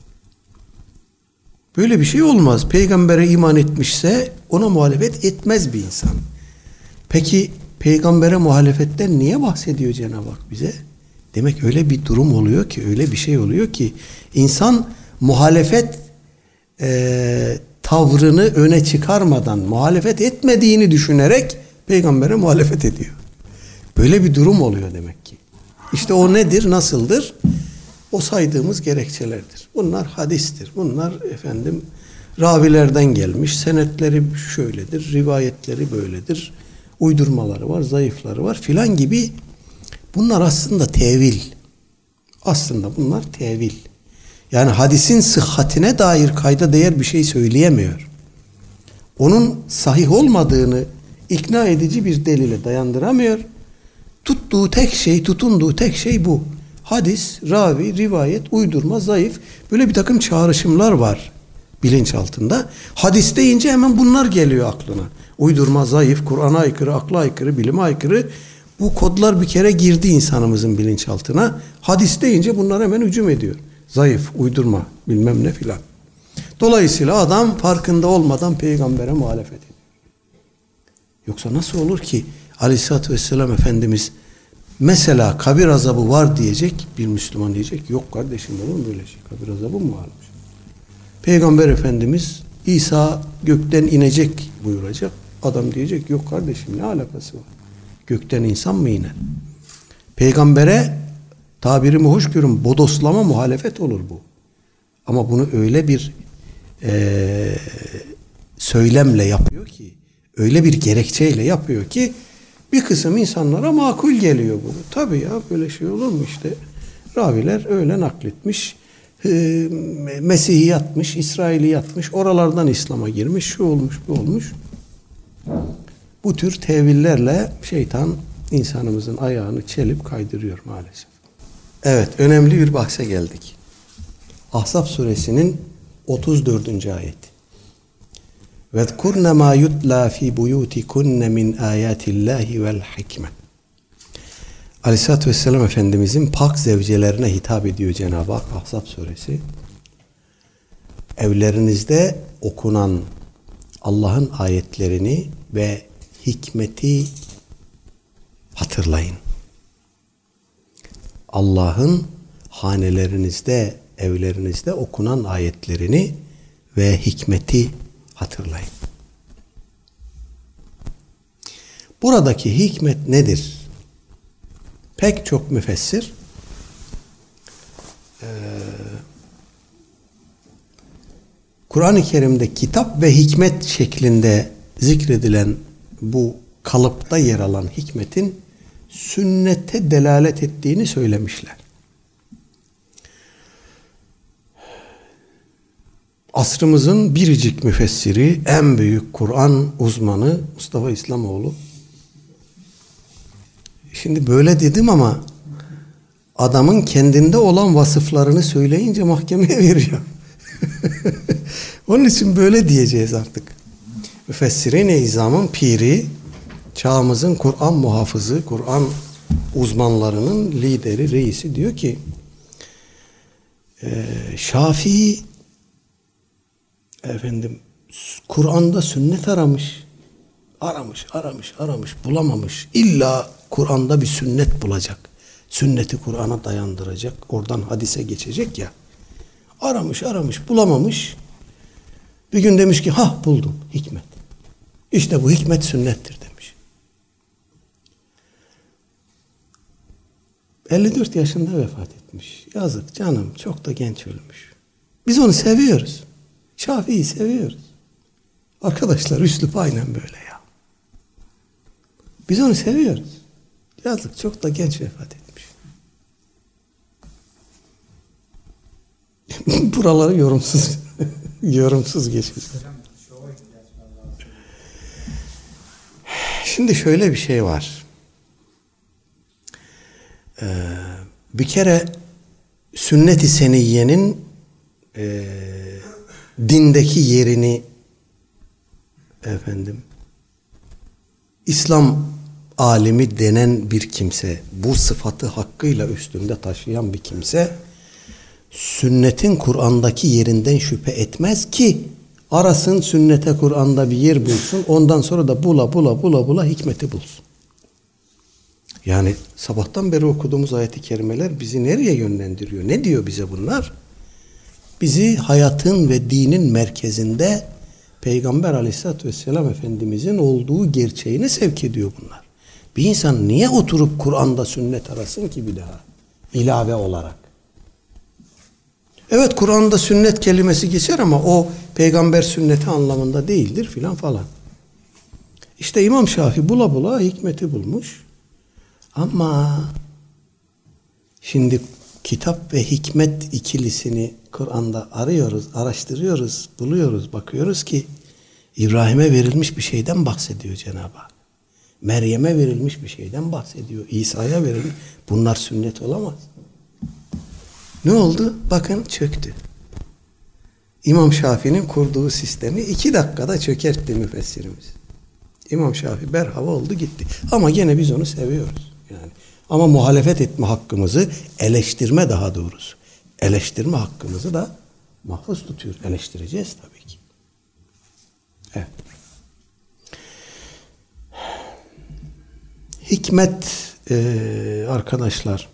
Böyle bir şey olmaz. Peygambere iman etmişse ona muhalefet etmez bir insan. Peki peygambere muhalefetten niye bahsediyor Cenab-ı Hak bize? Demek öyle bir durum oluyor ki, öyle bir şey oluyor ki insan muhalefet e, tavrını öne çıkarmadan, muhalefet etmediğini düşünerek peygambere muhalefet ediyor. Böyle bir durum oluyor demek ki. İşte o nedir, nasıldır? O saydığımız gerekçelerdir. Bunlar hadistir. Bunlar efendim ravilerden gelmiş, senetleri şöyledir, rivayetleri böyledir, uydurmaları var, zayıfları var filan gibi. Bunlar aslında tevil. Aslında bunlar tevil. Yani hadisin sıhhatine dair kayda değer bir şey söyleyemiyor. Onun sahih olmadığını ikna edici bir delile dayandıramıyor. Tuttuğu tek şey, tutunduğu tek şey bu. Hadis, ravi, rivayet, uydurma, zayıf. Böyle bir takım çağrışımlar var bilinçaltında. Hadis deyince hemen bunlar geliyor aklına. Uydurma, zayıf, Kur'an'a aykırı, akla aykırı, bilime aykırı. Bu kodlar bir kere girdi insanımızın bilinçaltına. Hadis deyince bunlar hemen hücum ediyor. Zayıf, uydurma, bilmem ne filan. Dolayısıyla adam farkında olmadan peygambere muhalefet ediyor. Yoksa nasıl olur ki Aleyhisselatü Vesselam Efendimiz mesela kabir azabı var diyecek, bir Müslüman diyecek, yok kardeşim olur mu böyle şey, kabir azabı mı varmış? Peygamber Efendimiz İsa gökten inecek buyuracak. Adam diyecek yok kardeşim ne alakası var? Gökten insan mı iner? Peygambere tabirimi hoş görün bodoslama muhalefet olur bu. Ama bunu öyle bir e, söylemle yapıyor ki, öyle bir gerekçeyle yapıyor ki bir kısım insanlara makul geliyor bu. Tabii ya, böyle şey olur mu işte? Raviler öyle nakletmiş. E, Mesihiyatmış, İsrailiyatmış, oralardan İslam'a girmiş, şu olmuş, bu olmuş. Bu tür tevillerle şeytan insanımızın ayağını çelip kaydırıyor maalesef. Evet, önemli bir bahse geldik. Ahzab suresinin otuz dördüncü ayeti. وَذْكُرْنَ مَا يُتْلَى فِي بُيُوتِكُنَّ مِنْ آيَاتِ اللّٰهِ وَالْحِكْمَةِ. Aleyhisselatü Vesselam Efendimizin pak zevcelerine hitap ediyor Cenab-ı Hak Ahzab suresi. Evlerinizde okunan Allah'ın ayetlerini ve hikmeti hatırlayın. Allah'ın hanelerinizde, evlerinizde okunan ayetlerini ve hikmeti hatırlayın. Buradaki hikmet nedir? Pek çok müfessir ee, Kur'an-ı Kerim'de kitap ve hikmet şeklinde zikredilen bu kalıpta yer alan hikmetin sünnete delalet ettiğini söylemişler. Asrımızın biricik müfessiri, en büyük Kur'an uzmanı Mustafa İslamoğlu. Şimdi böyle dedim ama adamın kendinde olan vasıflarını söyleyince mahkemeye veriyor. Onun için böyle diyeceğiz artık. Müfessirin-i İzam'ın piri, çağımızın Kur'an muhafızı, Kur'an uzmanlarının lideri, reisi diyor ki e, Şafii efendim Kur'an'da sünnet aramış. Aramış, aramış, aramış, bulamamış. İlla Kur'an'da bir sünnet bulacak. Sünneti Kur'an'a dayandıracak. Oradan hadise geçecek ya. Aramış, aramış, bulamamış. Bir gün demiş ki, ha buldum, hikmet. İşte bu hikmet sünnettir demiş. elli dört yaşında vefat etmiş. Yazık canım, çok da genç ölmüş. Biz onu seviyoruz. Şafii'yi seviyoruz. Arkadaşlar üslup aynen böyle ya. Biz onu seviyoruz. Yazık, çok da genç vefat etmiş. Buraları yorumsuz yorumsuz geçeceğiz. Şimdi şöyle bir şey var. Ee, bir kere sünnet-i seniyyenin e, dindeki yerini efendim İslam alimi denen bir kimse, bu sıfatı hakkıyla üstünde taşıyan bir kimse sünnetin Kur'an'daki yerinden şüphe etmez ki arasın sünnete Kur'an'da bir yer bulsun, ondan sonra da bula bula bula bula hikmeti bulsun. Yani sabahtan beri okuduğumuz ayet-i kerimeler bizi nereye yönlendiriyor? Ne diyor bize bunlar? Bizi hayatın ve dinin merkezinde Peygamber Aleyhisselatü Vesselam Efendimizin olduğu gerçeğine sevk ediyor bunlar. Bir insan niye oturup Kur'an'da sünnet arasın ki bir daha? İlave olarak. Evet, Kur'an'da sünnet kelimesi geçer ama o peygamber sünneti anlamında değildir filan falan. İşte İmam Şafii bula bula hikmeti bulmuş. Ama şimdi kitap ve hikmet ikilisini Kur'an'da arıyoruz, araştırıyoruz, buluyoruz, bakıyoruz ki İbrahim'e verilmiş bir şeyden bahsediyor Cenab-ı Hak. Meryem'e verilmiş bir şeyden bahsediyor. İsa'ya verilmiş. Bunlar sünnet olamaz. Ne oldu? Bakın çöktü. İmam Şafii'nin kurduğu sistemi iki dakikada çökertti müfessirimiz. İmam Şafii berhava oldu gitti. Ama gene biz onu seviyoruz. Yani. Ama muhalefet etme hakkımızı, eleştirme daha doğrusu. Eleştirme hakkımızı da mahfuz tutuyor. Eleştireceğiz tabii ki. Evet. Hikmet e, arkadaşlar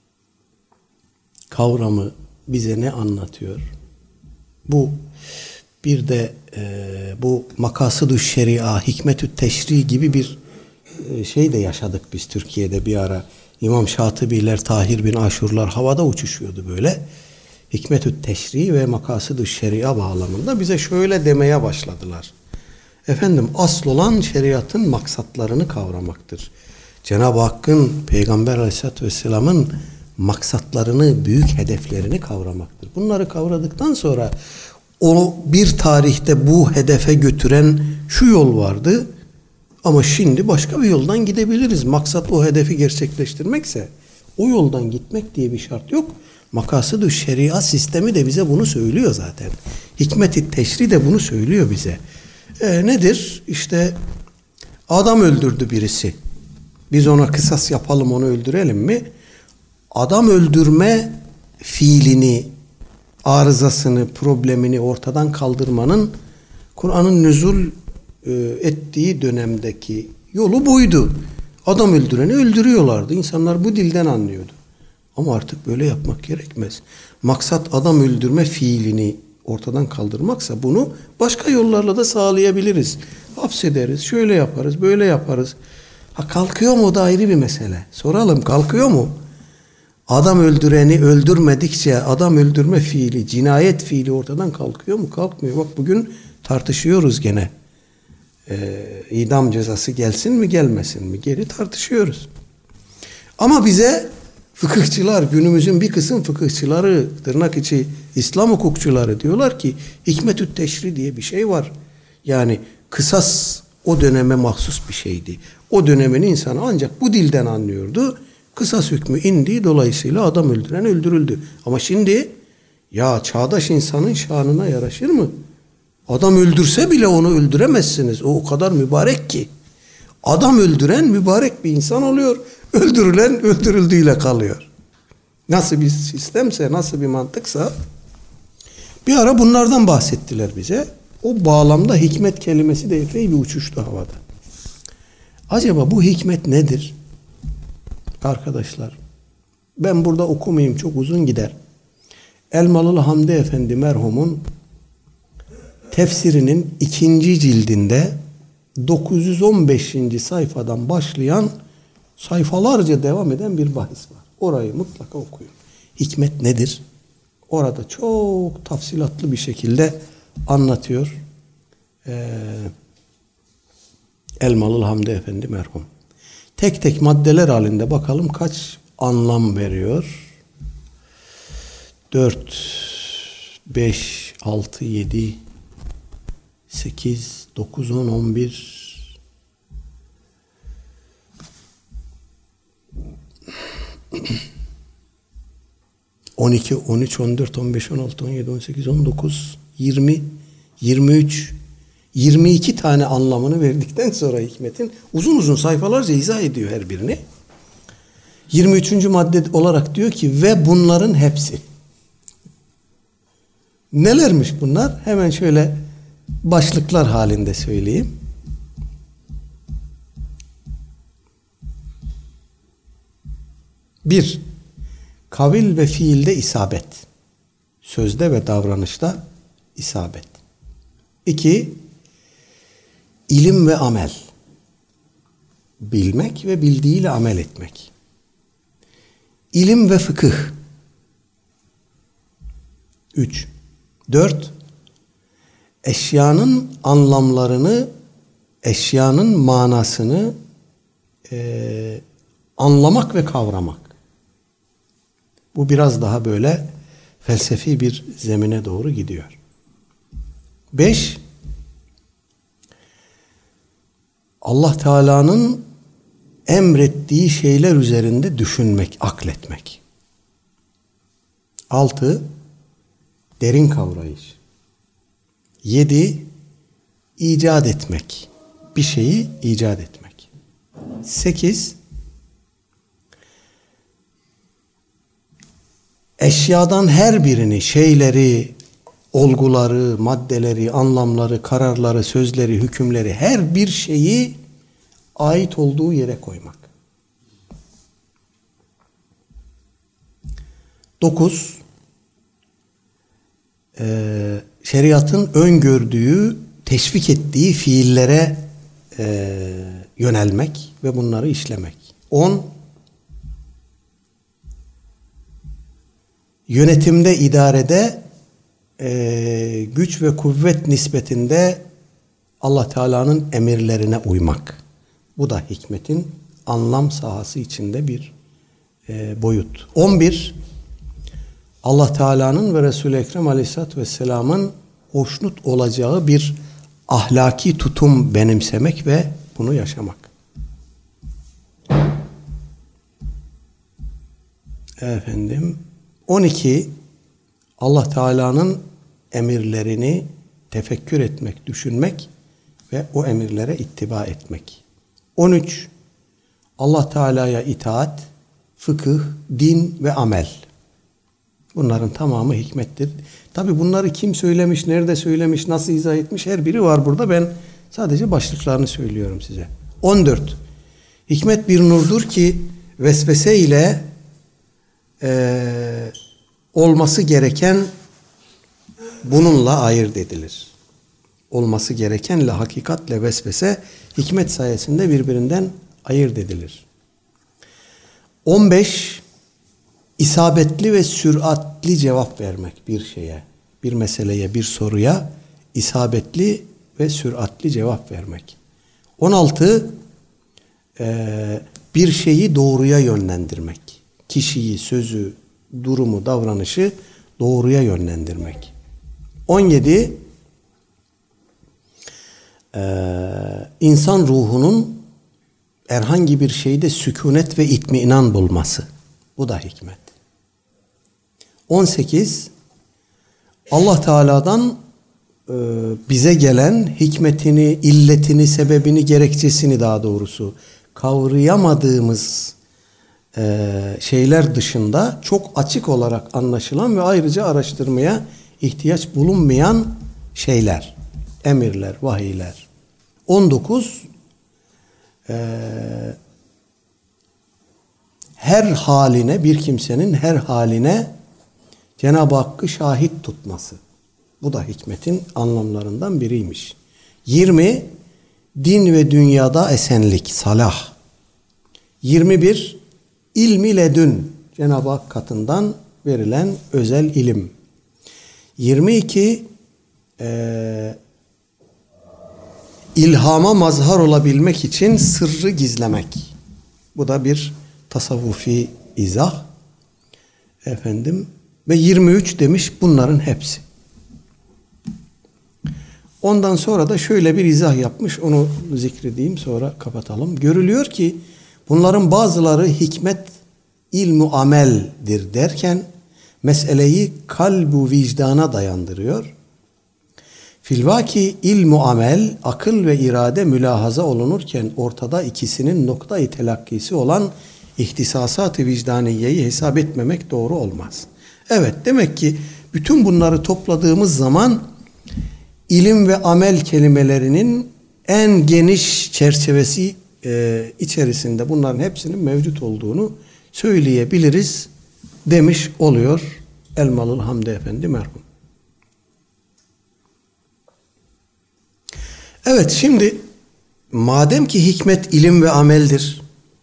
kavramı bize ne anlatıyor? Bu bir de e, bu makasıdü şeria, hikmetü teşri gibi bir e, şey de yaşadık biz Türkiye'de bir ara. İmam Şatibiler, Tahir bin Aşurlar havada uçuşuyordu böyle. hikmetü teşri ve makasıdü şeria bağlamında bize şöyle demeye başladılar. Efendim, asıl olan şeriatın maksatlarını kavramaktır. Cenab-ı Hakk'ın, Peygamber Aleyhisselatü Vesselam'ın maksatlarını, büyük hedeflerini kavramaktır. Bunları kavradıktan sonra o bir tarihte bu hedefe götüren şu yol vardı ama şimdi başka bir yoldan gidebiliriz. Maksat o hedefi gerçekleştirmekse o yoldan gitmek diye bir şart yok. Makasıdü şeria sistemi de bize bunu söylüyor zaten. Hikmet-i teşri de bunu söylüyor bize. E, nedir? İşte adam öldürdü birisi. Biz ona kısas yapalım, onu öldürelim mi? Adam öldürme fiilini, arızasını, problemini ortadan kaldırmanın Kur'an'ın nüzul e, ettiği dönemdeki yolu buydu. Adam öldüreni öldürüyorlardı. İnsanlar bu dilden anlıyordu. Ama artık böyle yapmak gerekmez. Maksat adam öldürme fiilini ortadan kaldırmaksa bunu başka yollarla da sağlayabiliriz. Hapsederiz, şöyle yaparız, böyle yaparız. Ha, kalkıyor mu, o da ayrı bir mesele. Soralım, kalkıyor mu? Adam öldüreni öldürmedikçe adam öldürme fiili, cinayet fiili ortadan kalkıyor mu? Kalkmıyor. Bak bugün tartışıyoruz gene. Ee, idam cezası gelsin mi gelmesin mi? Geri tartışıyoruz. Ama bize fıkıhçılar, günümüzün bir kısım fıkıhçıları, tırnak içi İslam hukukçuları diyorlar ki hikmetü teşri diye bir şey var. Yani kısas o döneme mahsus bir şeydi. O dönemin insanı ancak bu dilden anlıyordu. Kısas hükmü indi, dolayısıyla adam öldüren öldürüldü. Ama şimdi ya çağdaş insanın şanına yaraşır mı? Adam öldürse bile onu öldüremezsiniz. O o kadar mübarek ki. Adam öldüren mübarek bir insan oluyor. Öldürülen öldürüldüğüyle kalıyor. Nasıl bir sistemse, nasıl bir mantıksa bir ara bunlardan bahsettiler bize. O bağlamda hikmet kelimesi de epey bir uçuştu havada. Acaba bu hikmet nedir? Arkadaşlar, ben burada okumayayım, çok uzun gider. Elmalılı Hamdi Efendi merhumun tefsirinin ikinci cildinde dokuz yüz on beşinci sayfadan başlayan sayfalarca devam eden bir bahis var. Orayı mutlaka okuyun. Hikmet nedir? Orada çok tafsilatlı bir şekilde anlatıyor ee, Elmalılı Hamdi Efendi merhum. Tek tek maddeler halinde bakalım kaç anlam veriyor. dört, beş, altı, yedi, sekiz, dokuz, on, on bir, on iki, on üç, on dört, on beş, on altı, on yedi, on sekiz, on dokuz, yirmi, yirmi üç, yirmi iki tane anlamını verdikten sonra hikmetin uzun uzun sayfalarca izah ediyor her birini. yirmi üçüncü madde olarak diyor ki ve bunların hepsi. Nelermiş bunlar? Hemen şöyle başlıklar halinde söyleyeyim. Bir, kavil ve fiilde isabet. Sözde ve davranışta isabet. İki, ilim ve amel. Bilmek ve bildiğiyle amel etmek. İlim ve fıkıh. Üç. Dört, eşyanın anlamlarını, eşyanın manasını e, anlamak ve kavramak. Bu biraz daha böyle felsefi bir zemine doğru gidiyor. Beş, Allah Teala'nın emrettiği şeyler üzerinde düşünmek, akletmek. Altı, derin kavrayış. Yedi, icat etmek. Bir şeyi icat etmek. Sekiz, eşyadan her birini, şeyleri, olguları, maddeleri, anlamları, kararları, sözleri, hükümleri, her bir şeyi ait olduğu yere koymak. Dokuz, e, şeriatın öngördüğü, teşvik ettiği fiillere e, yönelmek ve bunları işlemek. On, yönetimde, idarede e, güç ve kuvvet nispetinde Allah Teala'nın emirlerine uymak. Bu da hikmetin anlam sahası içinde bir e, boyut. on bir Allah Teala'nın ve Resul-i Ekrem Aleyhisselatü Vesselam'ın hoşnut olacağı bir ahlaki tutum benimsemek ve bunu yaşamak. Efendim, on iki Allah Teala'nın emirlerini tefekkür etmek, düşünmek ve o emirlere ittiba etmek. on üç Allah Teala'ya itaat, fıkıh, din ve amel. Bunların tamamı hikmettir. Tabi bunları kim söylemiş, nerede söylemiş, nasıl izah etmiş her biri var burada. Ben sadece başlıklarını söylüyorum size. on dört Hikmet bir nurdur ki vesvese ile e, olması gereken bununla ayırt edilir. Olması gerekenle hakikatle vesvese hikmet sayesinde birbirinden ayırt edilir. on beş İsabetli ve süratli cevap vermek bir şeye, bir meseleye, bir soruya isabetli ve süratli cevap vermek. on altı e, bir şeyi doğruya yönlendirmek. Kişiyi, sözü, durumu, davranışı doğruya yönlendirmek. on yedi e, insan ruhunun herhangi bir şeyde sükunet ve itminan bulması. Bu da hikmet. on sekiz Allah Teala'dan e, bize gelen hikmetini, illetini, sebebini, gerekçesini daha doğrusu kavrayamadığımız e, şeyler dışında çok açık olarak anlaşılan ve ayrıca araştırmaya ihtiyaç bulunmayan şeyler, emirler, vahiyler. on dokuz e, her haline, bir kimsenin her haline Cenab-ı Hakk'ı şahit tutması. Bu da hikmetin anlamlarından biriymiş. yirmi din ve dünyada esenlik, salah. yirmi bir ilmi ledün, Cenab-ı Hak katından verilen özel ilim. yirmi iki e, ilhama mazhar olabilmek için sırrı gizlemek. Bu da bir tasavvufi izah. Efendim ve yirmi üç demiş bunların hepsi. Ondan sonra da şöyle bir izah yapmış. Onu zikredeyim sonra kapatalım. Görülüyor ki bunların bazıları hikmet ilmu ameldir derken meseleyi kalbu vicdana dayandırıyor. Filvaki ilmu amel, akıl ve irade mülahaza olunurken ortada ikisinin nokta-i telakkisi olan ihtisasat-ı vicdaniyeyi hesap etmemek doğru olmaz. Evet, demek ki bütün bunları topladığımız zaman ilim ve amel kelimelerinin en geniş çerçevesi e, içerisinde bunların hepsinin mevcut olduğunu söyleyebiliriz demiş oluyor Elmalılı Hamdi Efendi merhum. Evet, şimdi madem ki hikmet ilim ve ameldir,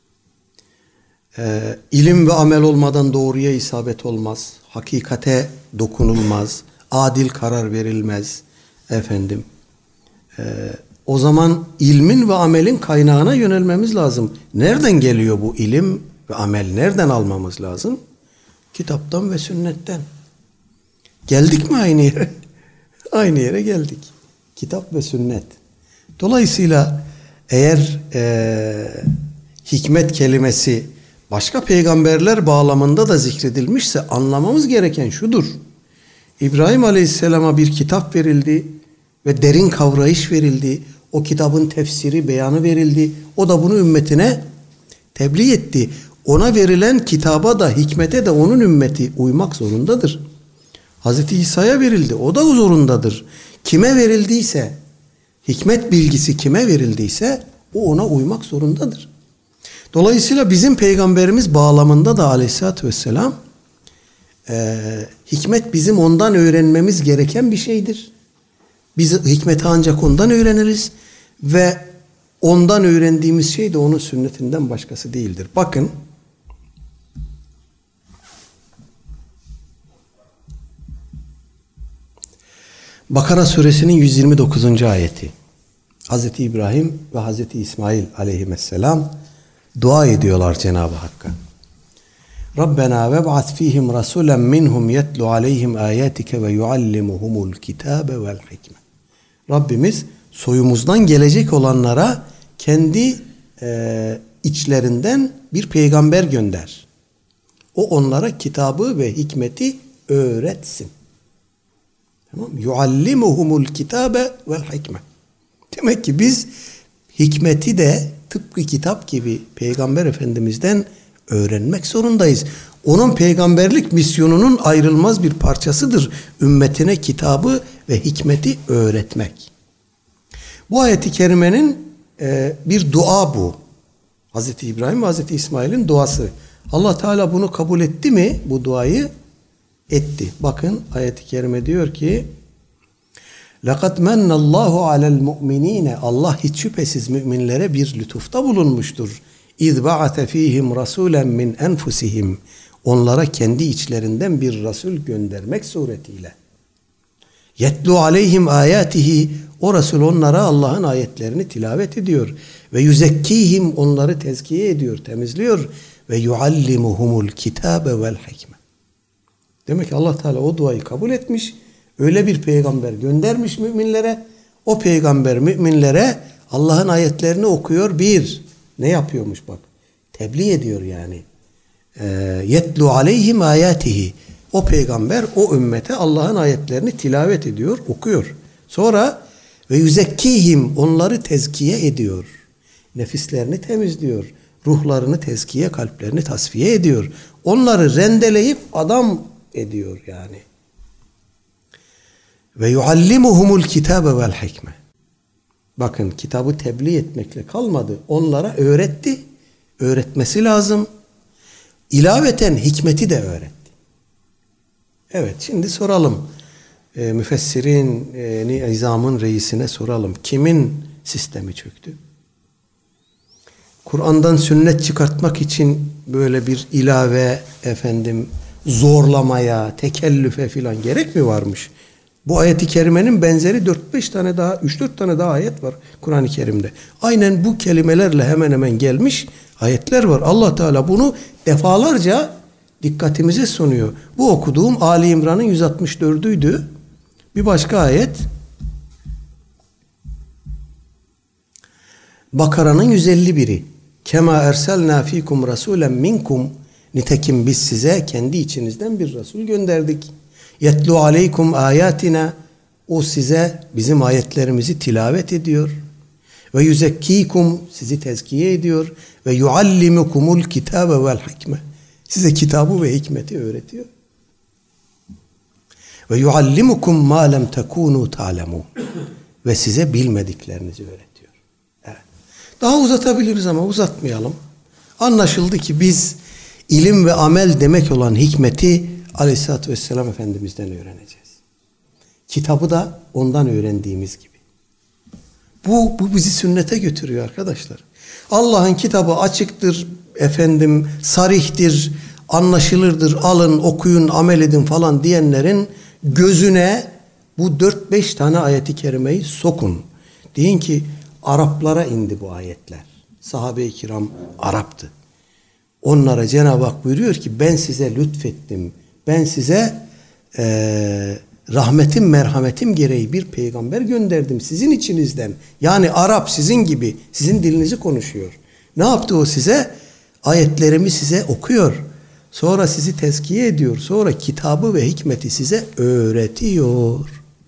e, ilim ve amel olmadan doğruya isabet olmaz, hakikate dokunulmaz, adil karar verilmez efendim. E, o zaman ilmin ve amelin kaynağına yönelmemiz lazım. Nereden geliyor bu ilim ve amel? Nereden almamız lazım? Kitaptan ve sünnetten. Geldik mi aynı yere? Aynı yere geldik. Kitap ve sünnet. Dolayısıyla eğer e, hikmet kelimesi başka peygamberler bağlamında da zikredilmişse anlamamız gereken şudur. İbrahim Aleyhisselam'a bir kitap verildi ve derin kavrayış verildi. O kitabın tefsiri, beyanı verildi. O da bunu ümmetine tebliğ etti. Ona verilen kitaba da, hikmete de onun ümmeti uymak zorundadır. Hazreti İsa'ya verildi. O da zorundadır. Kime verildiyse, hikmet bilgisi kime verildiyse o ona uymak zorundadır. Dolayısıyla bizim peygamberimiz bağlamında da aleyhissalatü vesselam e, hikmet bizim ondan öğrenmemiz gereken bir şeydir. Biz hikmeti ancak ondan öğreniriz ve ondan öğrendiğimiz şey de onun sünnetinden başkası değildir. Bakın Bakara suresinin yüz yirmi dokuzuncu ayeti. Hazreti İbrahim ve Hazreti İsmail aleyhisselam dua ediyorlar Cenab-ı Hakk'a. Rabbena veb'at fihim rasulen minhum yetlu aleyhim ayatike ve yuallimuhumul kitabe vel hikme. Rabbimiz soyumuzdan gelecek olanlara kendi e, içlerinden bir peygamber gönder. O onlara kitabı ve hikmeti öğretsin. Tamam? Yuallimuhumul kitabe vel hikme. Demek ki biz hikmeti de tıpkı kitap gibi Peygamber Efendimiz'den öğrenmek zorundayız. Onun peygamberlik misyonunun ayrılmaz bir parçasıdır. Ümmetine kitabı ve hikmeti öğretmek. Bu ayeti kerimenin e, bir dua bu. Hazreti İbrahim ve Hazreti İsmail'in duası. Allah Teala bunu kabul etti mi bu duayı? Etti. Bakın ayet-i kerime diyor ki لَقَدْ مَنَّ اللّٰهُ عَلَى الْمُؤْمِنِينَ Allah hiç şüphesiz müminlere bir lütufta bulunmuştur. اِذْ بَعَثَ ف۪يهِمْ رَسُولًا مِنْ أَنْفُسِهِمْ Onlara kendi içlerinden bir Resul göndermek suretiyle. يَتْلُوا عَلَيْهِمْ آيَاتِهِ O Resul onlara Allah'ın ayetlerini tilavet ediyor. Ve yüzekkihim onları tezkiye ediyor, temizliyor. Ve yuallimuhumul kitabe vel hikme. Demek ki Allah Teala o duayı kabul etmiş. Öyle bir peygamber göndermiş müminlere. O peygamber müminlere Allah'ın ayetlerini okuyor. Bir, ne yapıyormuş bak. Tebliğ ediyor yani. Yetlu aleyhim ayatihi. O peygamber o ümmete Allah'ın ayetlerini tilavet ediyor, okuyor. Sonra ve yüzekkihim onları tezkiye ediyor. Nefislerini temizliyor. Ruhlarını tezkiye, kalplerini tasfiye ediyor. Onları rendeleyip adam ediyor yani. Ve yuallimuhumul kitabe vel hikme. Bakın kitabı tebliğ etmekle kalmadı. Onlara öğretti. Öğretmesi lazım. İlaveten hikmeti de öğretti. Evet, şimdi soralım. E, müfessirin, e, nizamın reisine soralım. Kimin sistemi çöktü? Kur'an'dan sünnet çıkartmak için böyle bir ilave, efendim, zorlamaya, tekellüfe filan gerek mi varmış? Bu ayet-i kerimenin benzeri dört beş tane daha, üç dört tane daha ayet var Kur'an-ı Kerim'de. Aynen bu kelimelerle hemen hemen gelmiş ayetler var. Allah Teala bunu defalarca dikkatimize sunuyor. Bu okuduğum Ali İmran'ın yüz altmış dördüydü. Bir başka ayet Bakara'nın yüz elli biri. Kema erselna fikum rasulen minkum. Nitekim biz size kendi içinizden bir Resul gönderdik. Yetlu aleykum ayatina. O size bizim ayetlerimizi tilavet ediyor. Ve yüzekkikum sizi tezkiye ediyor. Ve yuallimukumul kitabe vel hikme. Size kitabı ve hikmeti öğretiyor. Ve yuallimukum ma lem tekunu ta'lemun. Ve size bilmediklerinizi öğretiyor. Evet. Daha uzatabiliriz ama uzatmayalım. Anlaşıldı ki biz ilim ve amel demek olan hikmeti Aleyhisselatü Vesselam Efendimiz'den öğreneceğiz. Kitabı da ondan öğrendiğimiz gibi. Bu, bu bizi sünnete götürüyor arkadaşlar. Allah'ın kitabı açıktır, efendim sarihtir, anlaşılırdır, alın, okuyun, amel edin falan diyenlerin gözüne bu dört beş tane ayeti kerimeyi sokun. Deyin ki Araplara indi bu ayetler. Sahabe-i kiram Arap'tı. Onlara Cenab-ı Hak buyuruyor ki ben size lütfettim. Ben size e, rahmetim, merhametim gereği bir peygamber gönderdim sizin içinizden. Yani Arap sizin gibi, sizin dilinizi konuşuyor. Ne yaptı o size? Ayetlerimi size okuyor. Sonra sizi tezkiye ediyor. Sonra kitabı ve hikmeti size öğretiyor.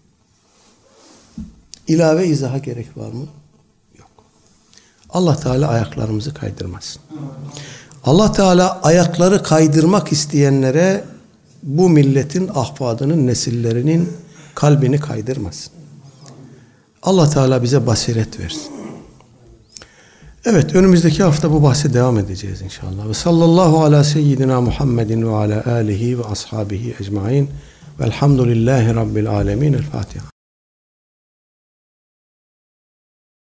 İlave izaha gerek var mı? Yok. Allah Teala ayaklarımızı kaydırmasın. Allah Teala ayakları kaydırmak isteyenlere bu milletin ahfadının, nesillerinin kalbini kaydırmasın. Allah Teala bize basiret versin. Evet, önümüzdeki hafta bu bahse devam edeceğiz inşallah. Ve sallallahu ala seyyidina Muhammedin ve ala alihi ve ashabihi ecmain. Velhamdülillahi Rabbil alemin. El Fatiha.